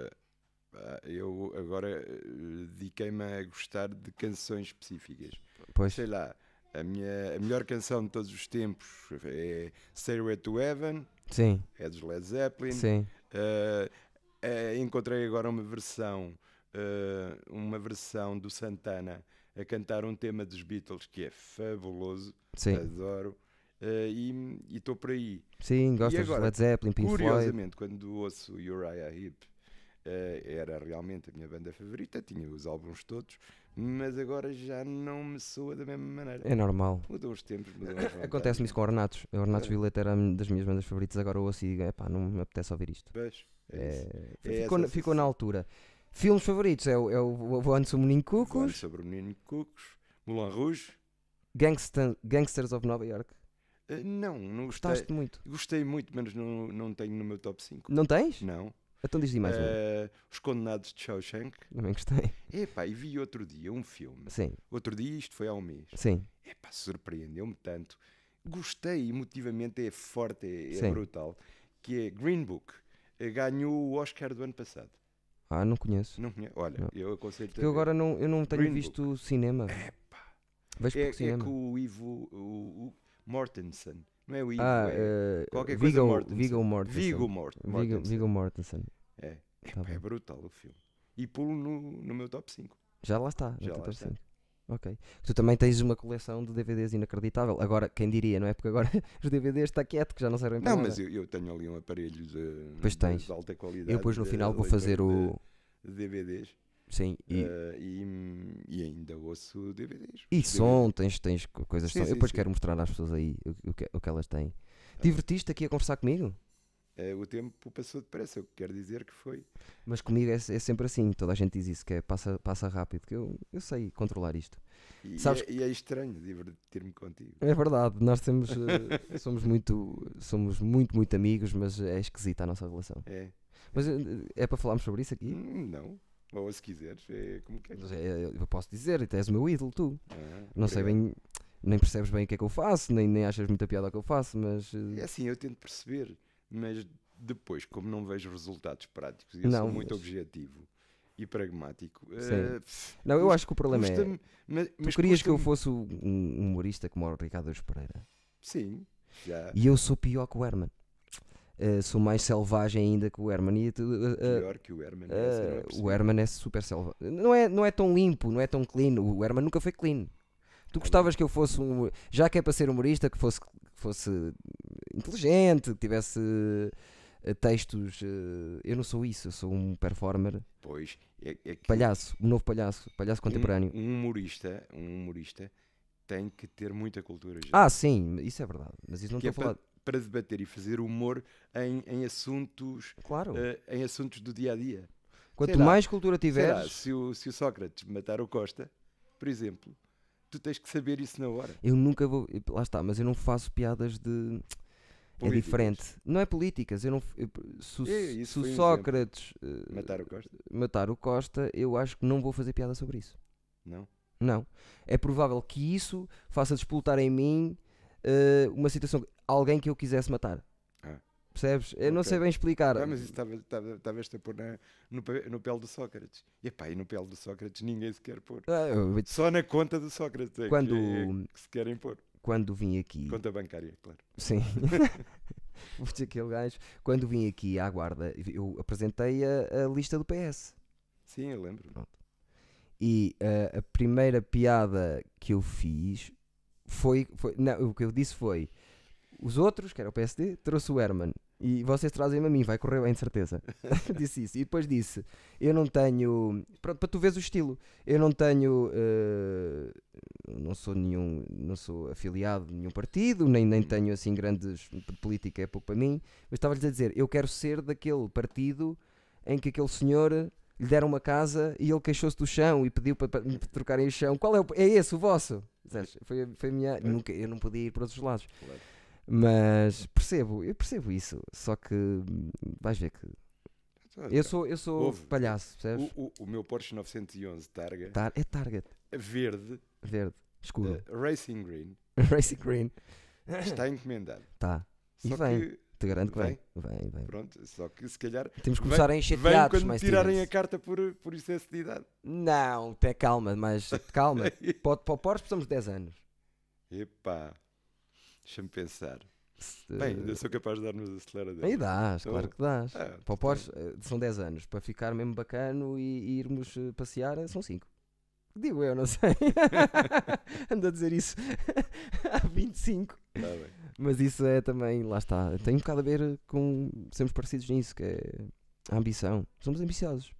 eu agora dediquei-me a gostar de canções específicas. Pois, Sei lá, a melhor canção de todos os tempos é Stairway to Heaven, sim, é dos Led Zeppelin. sim. Encontrei agora uma versão do Santana a cantar um tema dos Beatles que é fabuloso, Sim, adoro, e estou por aí. sim, gostas de agora, Led Zeppelin, Pink Floyd. Curiosamente, quando ouço Uriah Heep, era realmente a minha banda favorita, tinha os álbuns todos, mas agora já não me soa da mesma maneira. É normal. Mudam os tempos, mudam as vontades. Acontece-me isso com o Renatos. O Renatos É. Violeta era uma das minhas bandas favoritas. Agora eu ouço e digo, epá, não me apetece ouvir isto. Pois, é isso. Ficou na altura. Filmes favoritos é o Voando sobre o Menino Falando Cucos, sobre o Menino Cucos, Moulin Rouge. Gangsters of Nova York. Não Gostaste muito. Gostei muito, mas não tenho no meu top 5. Não tens? Não. Então diz-lhe mais um. Os Condenados de Shawshank. Também gostei. Epá, e vi outro dia um filme. Sim, Outro dia, isto foi há um mês. sim. Epá, surpreendeu-me tanto. Gostei, emotivamente é forte, é Sim. brutal. Que é Green Book. Ganhou o Oscar do ano passado. Ah, não conheço. Não conhece? Olha, Não. eu aconselho-te Porque eu agora eu não tenho Green visto cinema. Epá, Vejo pouco é cinema. com o Ivo o Mortensen. Não é o Ivo, Ah, qualquer coisa Mortensen. Viggo Mortensen. Viggo Mortensen. Viggo Mortensen. É, Tá bem. é brutal o filme. E pulo no meu top 5. Já lá está. Já no teu lá top está. 5. Ok. Tu também tens uma coleção de DVDs inacreditável. Agora, quem diria, não é? Porque agora os DVDs está quieto, que já não servem para Não, nada. mas eu tenho ali um aparelho Pois tens. de alta qualidade. Eu depois no de final vou leitor fazer o... de DVDs. Sim, E ainda ouço DVDs. e Os som, tens coisas de Sim, som. sim, Eu depois sim. quero mostrar às pessoas aí o que elas têm. Divertiste aqui a conversar comigo? O tempo passou depressa, eu quero dizer que foi. Mas comigo é sempre assim, toda a gente diz isso, que é passa rápido, que eu sei controlar isto. E, Sabes e é estranho divertir-me contigo. É verdade, nós temos, somos muito amigos, mas é esquisita a nossa relação. É. Mas é para falarmos sobre isso aqui? Não. Ou se quiseres, é como queres. Mas eu posso dizer, tu és o meu ídolo, tu. Não sei obrigado. bem, nem percebes bem o que é que eu faço, nem achas muita piada ao que eu faço, mas... É assim, eu tento perceber, mas depois, como não vejo resultados práticos, e eu Não, sou muito mas- objetivo e pragmático. Sim. Não, eu acho que o problema é... custa-me- Tu querias que eu custa-me- fosse um humorista como o Ricardo Aruz Pereira. Sim, já. E eu sou pior que o Herman. Sou mais selvagem ainda que o Herman. Pior que o Herman. essa não é O possível. Herman é super selvagem. Não é tão limpo, não é tão clean. O Herman nunca foi clean. Tu gostavas que eu fosse já que é para ser humorista, que fosse inteligente, que tivesse textos. Eu não sou isso, eu sou um performer, Pois, é que palhaço, um novo palhaço contemporâneo. Um humorista tem que ter muita cultura. Já. Ah, sim, isso é verdade. Mas isso não Que estou a falar. para debater e fazer humor em assuntos, Claro. em assuntos do dia a dia. Quanto sei lá, mais cultura Sei lá, tiveres, se o Sócrates matar o Costa, por exemplo, tu tens que saber isso na hora. eu nunca vou. Lá está, mas eu não faço piadas de. É Políticas. diferente. Não é políticas. Eu não, se Isso se o foi um Sócrates Matar o Costa? matar o Costa, eu acho que não vou fazer piada sobre isso. Não? Não. É provável que isso faça despoltar em mim uma situação. Alguém que eu quisesse matar. Ah. Percebes? Eu não Ok. sei bem explicar. Mas isso estavas a pôr no pele do Sócrates. E epá, e no pele do Sócrates ninguém se quer pôr. Só na conta do Sócrates é Quando- que se querem pôr. Quando vim aqui. Conta bancária, claro. Sim. Vou dizer aquele gajo. Quando vim aqui à guarda, eu apresentei a lista do PS. Sim, eu lembro. E a primeira piada que eu fiz foi não, o que eu disse foi: os outros, que era o PSD, trouxe o Herman. E vocês trazem-me a mim, vai correr bem de certeza. Disse isso. E depois disse: eu não tenho. Pronto, para tu veres o estilo. Eu não tenho. Não sou afiliado de nenhum partido, nem tenho assim grandes. Política é pouco para mim. Mas estava-lhes a dizer: eu quero ser daquele partido em que aquele senhor lhe deram uma casa e ele queixou-se do chão e pediu para me trocarem o chão. Qual é é esse o vosso? Sabes, foi a minha. Eu não podia ir para outros lados. Claro. Mas eu percebo isso. Só que vais ver que eu sou Ouve, palhaço, percebes? O meu Porsche 911 Targa É Target, verde, verde, escuro. Racing Green, Racing Green. está encomendado. Tá. E Só vem. que, Te garanto que Vem? vem. pronto, só que se calhar Temos que começar a encher vem teatros, quando mais tirarem Stevens. a carta por excesso de idade. Não, até calma, mas calma. Para o Porsche precisamos de 10 anos. Epá, deixa-me pensar. Se- Bem, ainda sou capaz de dar nos aceleradores. Aí dás, Então, claro que dás. Ah, Para o então, Porsche são 10 anos. Para ficar mesmo bacano e irmos passear são 5. Digo eu, não sei. Ando a dizer isso há 25. tá bem. Mas isso é também, lá está. Tem um bocado a ver com sermos parecidos nisso, que é a ambição. Somos ambiciosos.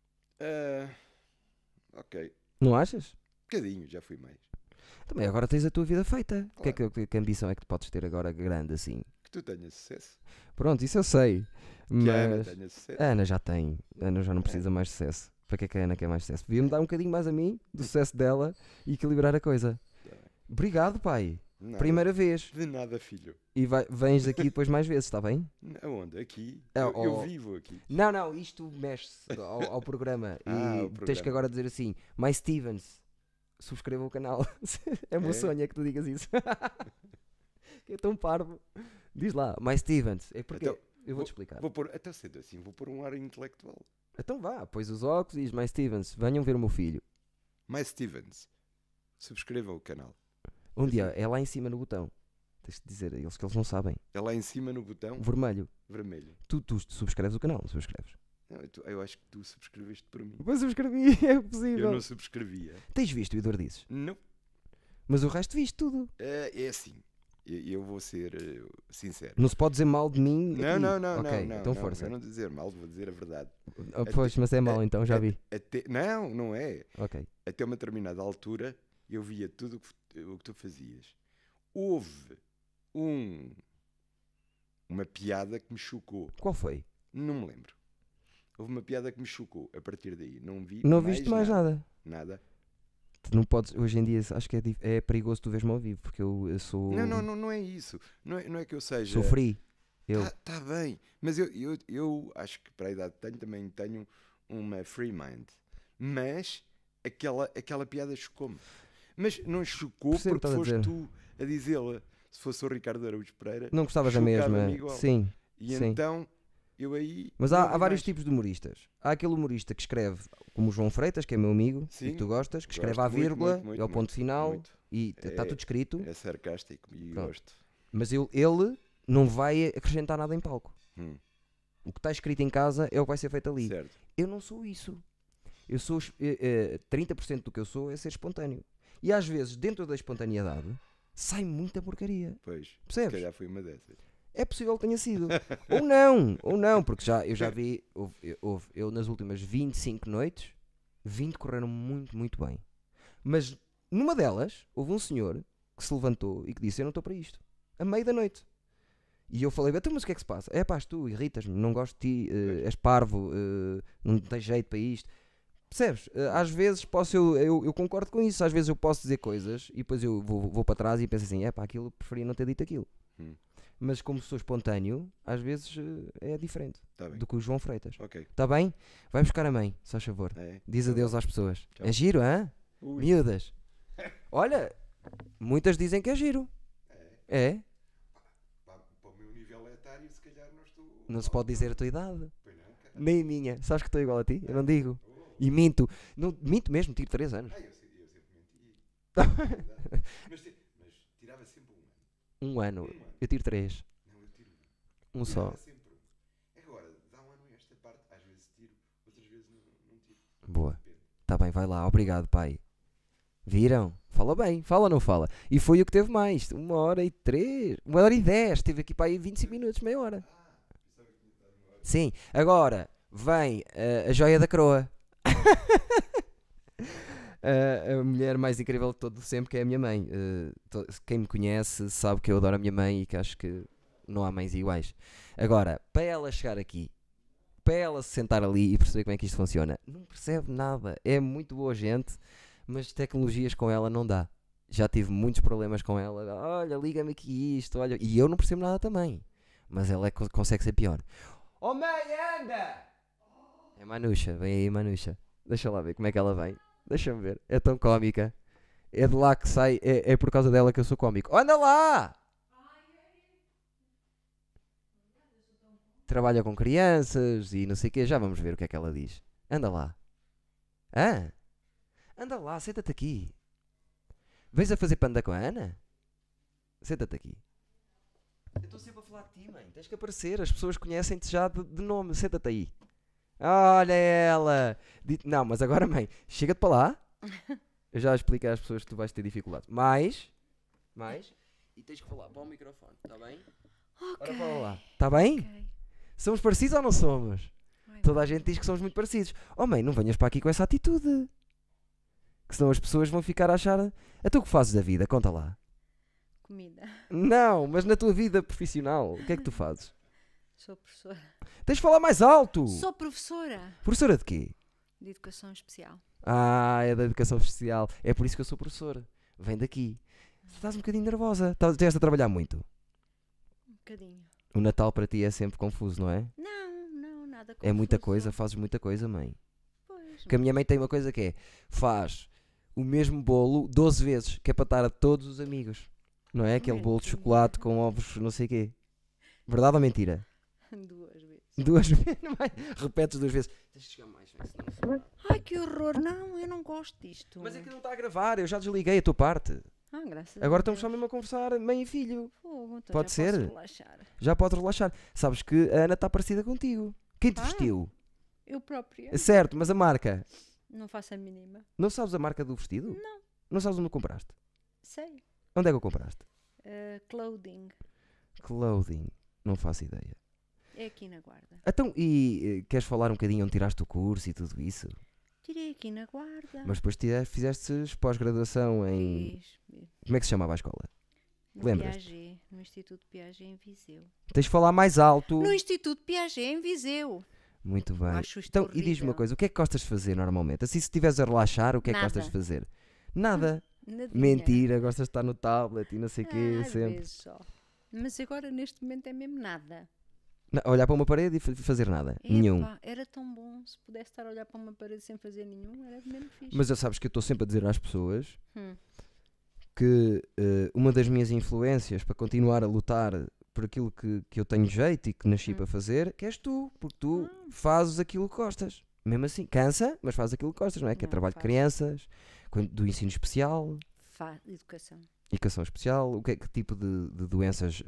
Ok, Não achas? bocadinho, já fui mais. Também agora tens a tua vida feita. Claro. Que ambição é que tu podes ter agora grande assim? Que tu tenhas sucesso. Pronto, isso eu sei. Que a Ana Mas tenha sucesso. a Ana já tem. A Ana já não precisa mais sucesso. Para que é que a Ana quer mais sucesso? Devia-me dar um bocadinho mais a mim do sucesso dela e equilibrar a coisa. Tá bem. Obrigado, pai. Nada. Primeira vez. De nada, filho. E vens aqui depois mais vezes, está bem? Aonde? Aqui? Ah, Eu oh. vivo aqui. Não, isto mexe-se ao programa. Ah, E ao tens programa. que agora dizer assim: My Stevens, subscreva o canal. É o meu É? sonho é que tu digas isso. Que é tão parvo. Diz lá, My Stevens. É porque Então, eu vou-te explicar. Vou pôr, até sendo assim, vou pôr um ar intelectual. Então vá, pões os óculos e diz My Stevens, venham ver o meu filho. Mais Stevens, subscrevam o canal. Um dia é lá em cima no botão. Tens de dizer a eles que eles não sabem. É lá em cima no botão Vermelho. vermelho. Tu subscreves o canal, não subscreves? Não, eu acho que tu subscreveste por mim. Depois subscrevi, é possível. Eu não subscrevia. Tens visto o Eduardices? Não. Mas o resto viste tudo. É assim. Eu vou ser sincero. Não se pode dizer mal de mim. Não, aqui. não, Ok, não. então não, força. Eu não vou dizer mal, vou dizer a verdade. Ah, pois, mas é mal então, já vi. Não é. Ok. Até uma determinada altura eu via tudo o que tu fazias. Houve uma piada que me chocou. Qual foi? Não me lembro. Houve uma piada que me chocou. A partir daí não vi Não viste mais nada. Nada. Tu não podes, hoje em dia acho que é perigoso tu veres-me ao vivo, porque eu sou. Não é isso. Não é que eu seja. Sou free. Eu. Tá bem. Mas eu acho que para a idade que tenho também tenho uma free mind. Mas aquela piada chocou-me. Mas não chocou Percebo o que porque estás a foste dizer. tu a dizê-la. Se fosse o Ricardo Araújo Pereira. Não gostavas da chocava-me mesma. igual. Sim. E sim. então eu aí. Mas não há vi vários mais. tipos de humoristas. Há aquele humorista que escreve, como o João Freitas, que é meu amigo, e Sim, que tu gostas, que escreve gosto à muito, vírgula, muito, muito, é o ponto muito, final muito. e está É- tudo escrito. É sarcástico e Pronto. gosto. Mas ele não vai acrescentar nada em palco. Hum, O que está escrito em casa é o que vai ser feito ali. certo. Eu não sou isso. Eu sou 30% do que eu sou é ser espontâneo. E às vezes, dentro da espontaneidade, sai muita porcaria. Pois. Se Percebes? calhar foi uma dessas. É possível que tenha sido. ou não, porque eu já vi, eu nas últimas 25 noites, 20 correram muito, muito bem. Mas numa delas, houve um senhor que se levantou e que disse: eu não estou para isto. A meio da noite. E eu falei: então, mas o que é que se passa? É pá, tu irritas-me, não gosto de ti, és parvo, não tens jeito para isto. Percebes? Às vezes eu concordo com isso. Às vezes eu posso dizer coisas e depois eu vou para trás e penso assim: é pá, aquilo preferia não ter dito aquilo. Hum. Mas como sou espontâneo, às vezes é diferente Tá bem. do que o João Freitas. Ok. Está bem? Vai buscar a mãe, se faz favor. É. Diz Tá adeus bom. às pessoas. Tchau. É giro, hã? Ui. Miúdas. Olha, muitas dizem que é giro. É? Para o meu nível etário, se calhar não estou. Não se pode dizer a tua idade. Pois não, cara. Nem a minha. Sabes que estou igual a ti? Eu não digo. E minto. Não, minto mesmo, tiro 3 anos. Eu sempre menti. mas tirava sempre um ano. Um ano. Eu tiro 3. Não, eu tiro Um só. Tirava sempre um. Agora, dá um ano esta parte. Às vezes tiro, outras vezes não tiro. Boa. Depende. Tá bem, vai lá. Obrigado, pai. Viram? Fala bem. Fala ou não fala? E foi o que teve mais. 1h03. 1h10. Teve aqui para aí 25 minutos, meia hora. Sim. Agora, vem a joia da coroa. A mulher mais incrível de todo sempre, que é a minha mãe. Quem me conhece sabe que eu adoro a minha mãe e que acho que não há mães iguais. Agora, para ela chegar aqui, para ela se sentar ali e perceber como é que isto funciona. Não percebe nada. É muito boa gente, mas tecnologias com ela não dá. Já tive muitos problemas com ela. Olha, liga-me aqui isto, olha. E eu não percebo nada também. Mas ela consegue ser pior. Oh mãe, anda! É Manuxa, vem aí Manuxa. Deixa lá ver como é que ela vem. Deixa-me ver. É tão cómica. É de lá que sai. É por causa dela que eu sou cómico. Anda lá! Trabalha com crianças e não sei o quê. Já vamos ver o que é que ela diz. Anda lá. Hã? Anda lá, senta-te aqui. Vens a fazer panda com a Ana? Senta-te aqui. Eu estou sempre a falar de ti, mãe. Tens que aparecer. As pessoas conhecem-te já de nome. Senta-te aí. Olha ela. Não, mas agora, mãe, chega-te para lá. Eu já expliquei às pessoas que tu vais ter dificuldade. Mais. E tens que falar para o microfone. Está bem? Ok. Ora, fala lá. Está bem? Ok. Somos parecidos ou não somos? Ai, Toda a gente diz que somos muito parecidos. Oh mãe, não venhas para aqui com essa atitude. Que senão as pessoas vão ficar a achar... Tu o que fazes da vida? Conta lá. Comida. Não, mas na tua vida profissional, o que é que tu fazes? Sou professora. Tens de falar mais alto. Sou professora Professora de quê? de educação especial. Ah, é da educação especial. É por isso que eu sou professora. Vem daqui. Estás um bocadinho nervosa. Estiveste a trabalhar muito. Um bocadinho. O Natal para ti é sempre confuso, não é? Não, nada É muita confuso. coisa, fazes muita coisa, mãe. Pois, Porque a minha mãe tem uma coisa que é, faz o mesmo bolo 12 vezes, que é para estar a todos os amigos. Não é? Aquele bolo de Mentira. chocolate com ovos, não sei o quê. Verdade ou mentira? 2 vezes. 2 vezes, não é? Repetes 2 vezes. Tens de chegar mais, não é? Senão não fala. Ai, que horror. Não, eu não gosto disto. Mas é que não está a gravar, eu já desliguei a tua parte. Graças Agora a Deus. estamos só mesmo a conversar, mãe e filho. Fogo, então Pode já ser? posso relaxar. Já podes relaxar. Sabes que a Ana está parecida contigo. Quem te Ah. vestiu? Eu própria. É certo, mas a marca? Não faço a mínima. Não sabes a marca do vestido? Não. Não sabes onde o compraste? Sei. Onde é que o compraste? Clothing. Clothing. Não faço ideia. É aqui na Guarda. Então, e queres falar um bocadinho onde tiraste o curso e tudo isso? Tirei aqui na Guarda. Mas depois fizeste pós-graduação em... Fiz. Como é que se chamava a escola? No Lembras-te? Piaget. No Instituto Piaget em Viseu. Tens de falar mais alto. No Instituto Piaget em Viseu. Muito bem. Acho isto Então, e diz-me horrível. uma coisa, o que é que gostas de fazer normalmente? Assim, se estiveres a relaxar, o que é que Nada. gostas de fazer? Nada. Nadinha. Mentira, gostas de estar no tablet e não sei o quê, Às sempre. vezes só. Mas agora, neste momento, é mesmo nada. Não, olhar para uma parede e fazer nada. Nenhum. Epá, era tão bom se pudesse estar a olhar para uma parede sem fazer nenhum. Era mesmo fixe. Mas já sabes que eu estou sempre a dizer às pessoas Hum. que uma das minhas influências para continuar a lutar por aquilo que eu tenho jeito e que nasci para fazer, que és tu, porque tu fazes aquilo que gostas. Mesmo assim, cansa, mas fazes aquilo que gostas, não é? Que é Não, trabalho de faço. crianças, do ensino especial, Educação. educação especial, o que tipo de doenças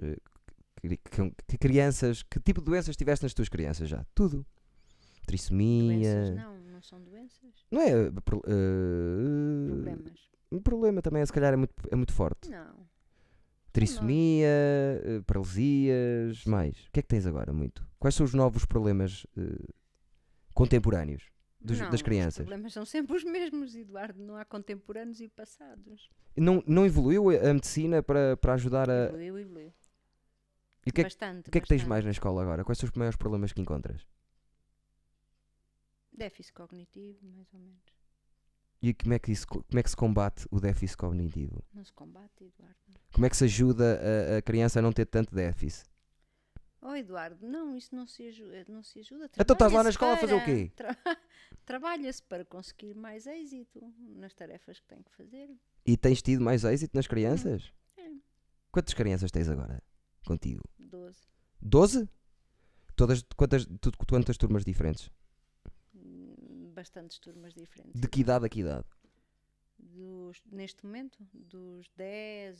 que crianças, que tipo de doenças tiveste nas tuas crianças já? Tudo. Doenças Trissomia. não são doenças. Não é? Problemas. Um problema também, se calhar, é muito forte. Não. Trissomia, paralisias, mais. O que é que tens agora muito? Quais são os novos problemas contemporâneos Não, das Os crianças? problemas são sempre os mesmos, Eduardo. Não há contemporâneos e passados. Não evoluiu a medicina para ajudar a... Evoluiu. E o que é, Bastante. o que é que tens bastante. mais na escola agora? Quais são os maiores problemas que encontras? Déficit cognitivo, mais ou menos. E como é que se combate o déficit cognitivo? Não se combate, Eduardo. Como é que se ajuda a criança a não ter tanto déficit? Oh, Eduardo, não, isso não se ajuda. Não se ajuda. Então estás lá na Trabalha-se escola a fazer o para- quê? Trabalha-se para conseguir mais êxito nas tarefas que tem que fazer. E tens tido mais êxito nas crianças? É. Quantas crianças tens agora contigo? 12. 12? Quantas turmas diferentes? Bastantes turmas diferentes. De que idade a que idade? Neste momento, dos 10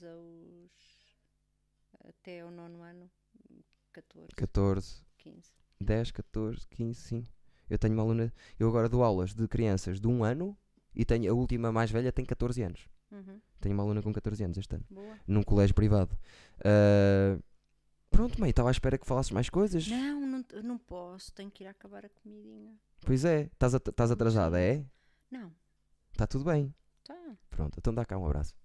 até ao 9º ano, 14, 14, 15. 10, 14, 15, sim. Eu tenho uma aluna, eu agora dou aulas de crianças de 1 ano e tenho, a última mais velha tem 14 anos. Uhum. Tenho uma aluna com 14 anos este ano, Boa. num colégio privado. Pronto, mãe, estava à espera que falasses mais coisas. Não posso, tenho que ir acabar a comidinha. Pois é, estás atrasada, é? Não, Está tudo bem. tá. Pronto, então dá cá um abraço.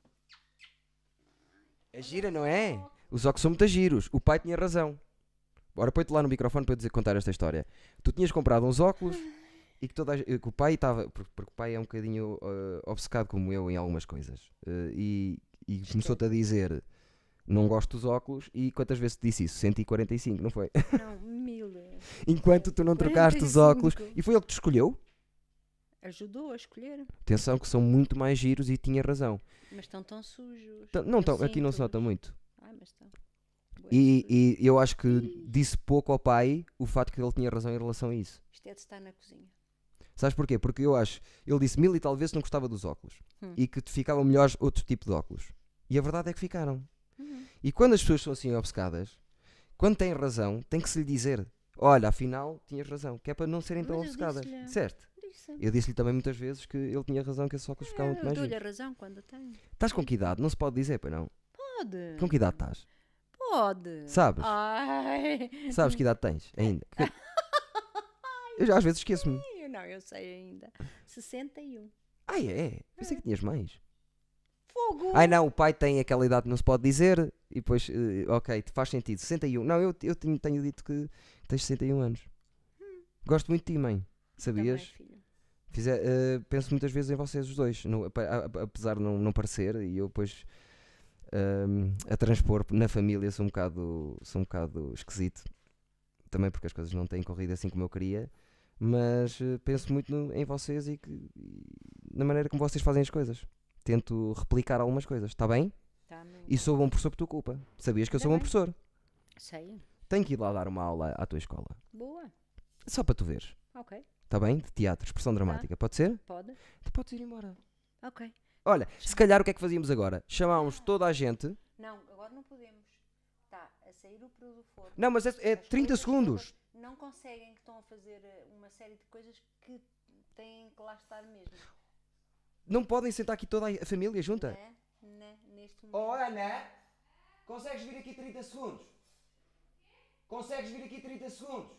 É gira, não é? Os óculos são muito giros. O pai tinha razão. Ora, põe-te lá no microfone para eu contar esta história. Tu tinhas comprado uns óculos e que o pai estava... Porque o pai é um bocadinho obcecado como eu em algumas coisas. E começou-te a dizer... Não gosto dos óculos. E quantas vezes te disse isso? 145, não foi? Não, 1000. Enquanto tu não trocaste os óculos. E foi ele que te escolheu? Ajudou a escolher. Atenção que são muito mais giros e tinha razão. Mas estão tão sujos. Não Eu estão, aqui não se sinto-os. nota muito. Ai, mas estão. Bué sujos. E eu acho que disse pouco ao pai o fato que ele tinha razão em relação a isso. Isto é de estar na cozinha. Sabes porquê? Porque eu acho, ele disse 1000 e tal vezes não gostava dos óculos. E que te ficavam melhores outro tipo de óculos. E a verdade é que ficaram. E quando as pessoas são assim obcecadas, quando têm razão, tem que se lhe dizer: olha, afinal tinhas razão, que é para não serem tão Mas eu obcecadas. disse-lhe. Disseste? Disse. Eu disse-lhe também muitas vezes que ele tinha razão, que esses óculos ficavam muito Eu mais dou-lhe giros. a razão quando tenho. Estás com que idade? Não se pode dizer, pois não? Pode. Com que idade estás? Pode. Sabes? Ai. Sabes que idade tens ainda? Eu já às vezes esqueço-me. Não, eu sei ainda. 61. É? Pensei que tinhas mais. Fogo. Ai não, o pai tem aquela idade que não se pode dizer e depois, ok, faz sentido. 61. Não, eu tenho dito que tens 61 anos. Gosto muito de ti, mãe. Sabias? Também, filho. Penso muitas vezes em vocês os dois, apesar de não parecer, e eu depois a transpor na família sou um bocado esquisito. Também porque as coisas não têm corrido assim como eu queria, mas penso muito em vocês e na maneira como vocês fazem as coisas. Tento replicar algumas coisas, está bem? Tá, meu. E sou bom professor por tua culpa. Sabias que eu sou bom Ainda bem. professor? Sei. Tenho que ir lá dar uma aula à tua escola. Boa. Só para tu veres. Ok. Está bem? De teatro, expressão dramática. Pode ser? Pode. Tu podes ir embora. Ok. Olha, se calhar o que é que fazíamos agora? Chamávamos toda a gente. Não, agora não podemos. Está a sair o peru do forno. Não, mas é As 30 coisas segundos. Não conseguem, que estão a fazer uma série de coisas que têm que lá estar mesmo. Não podem sentar aqui toda a família junta? Neste momento. Oh, Ana, consegues vir aqui 30 segundos? Consegues vir aqui 30 segundos?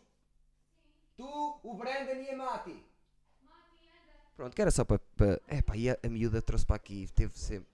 Tu, o Brandon e a Mati. Pronto, que era só para... Epá, e a miúda trouxe para aqui, teve sempre...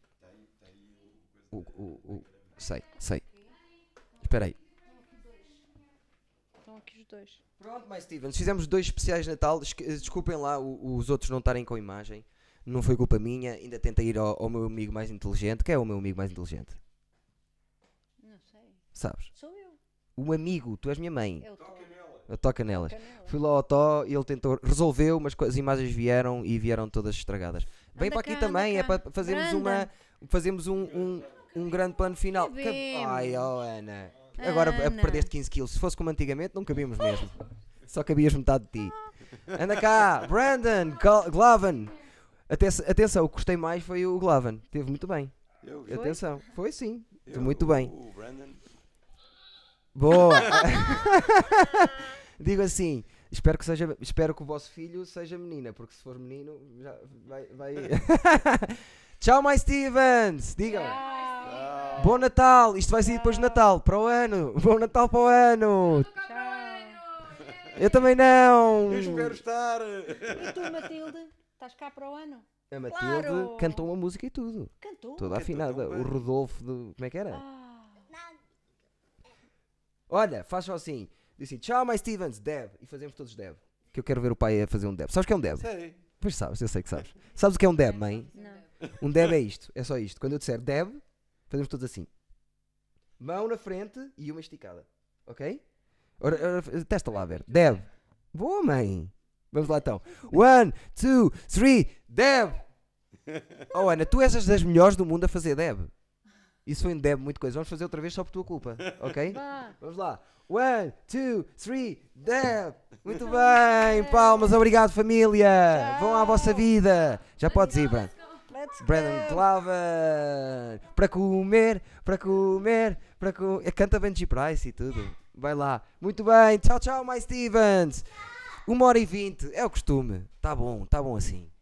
Sei. Espera aí. Estão aqui os dois. Pronto, mais Stevens, fizemos 2 especiais de Natal. Desculpem lá os outros não estarem com imagem. Não foi culpa minha. Ainda tentei ir ao meu amigo mais inteligente. Quem é o meu amigo mais inteligente? Não sei. Sabes? Sou eu. O amigo, tu és minha mãe. Eu estou. Eu toco nelas. Canela. Fui lá ao Tó e ele tentou, resolveu, mas as imagens vieram e vieram todas estragadas. Vem Anda para aqui cá, também, anda é cá. para fazermos Brandon. fazermos um grande plano final. Cabemos. Ai, oh Ana. Agora Ana. perdeste 15 quilos. Se fosse como antigamente, não cabíamos mesmo. Só cabias metade de ti. Anda cá, Brandon, Glavan. Atenção, o que gostei mais foi o Glavan. Teve muito bem. Eu, Atenção, foi sim. eu, Muito bem. O Brandon. Boa! Digo assim, espero que o vosso filho seja menina, porque se for menino, já vai. Tchau, mais Stevens! Digam! Bom Natal! Isto vai sair depois do Natal, para o ano! Bom Natal para o ano! Eu também não! Eu espero estar. E tu, Matilde? Estás cá para o ano? A Matilde Claro. cantou uma música e tudo. Cantou? Toda afinada. tão O bem. Rodolfo como é que era? Ah, Olha, faz só assim. Diz assim, tchau, mais Stevens, Deb. E fazemos todos Deb. Que eu quero ver o pai a fazer um Deb. Sabes o que é um Deb? Sei. Pois sabes, eu sei que sabes. Sabes o que é um Deb, mãe? não. Um Deb é isto, é só isto. Quando eu disser Deb, fazemos todos assim. Mão na frente e uma esticada. Ok? Ora, testa lá a ver. Deb. Boa, mãe. Vamos lá então. 1, 2, 3, Deb. Oh, Ana, tu és das melhores do mundo a fazer Deb. Isso foi um Deb muito coisa. Vamos fazer outra vez só por tua culpa. Ok? Vá. Vamos lá. 1, 2, 3, Deb. Muito bem. Palmas. Obrigado, família. Tchau. Vão à vossa vida. Já podes ir, Brandon. Let's go. Brandon Clavan. Para comer. Canta Benji Price e tudo. Vai lá. Muito bem. Tchau, tchau, mais Stevens. 1h20. É o costume. Tá bom assim.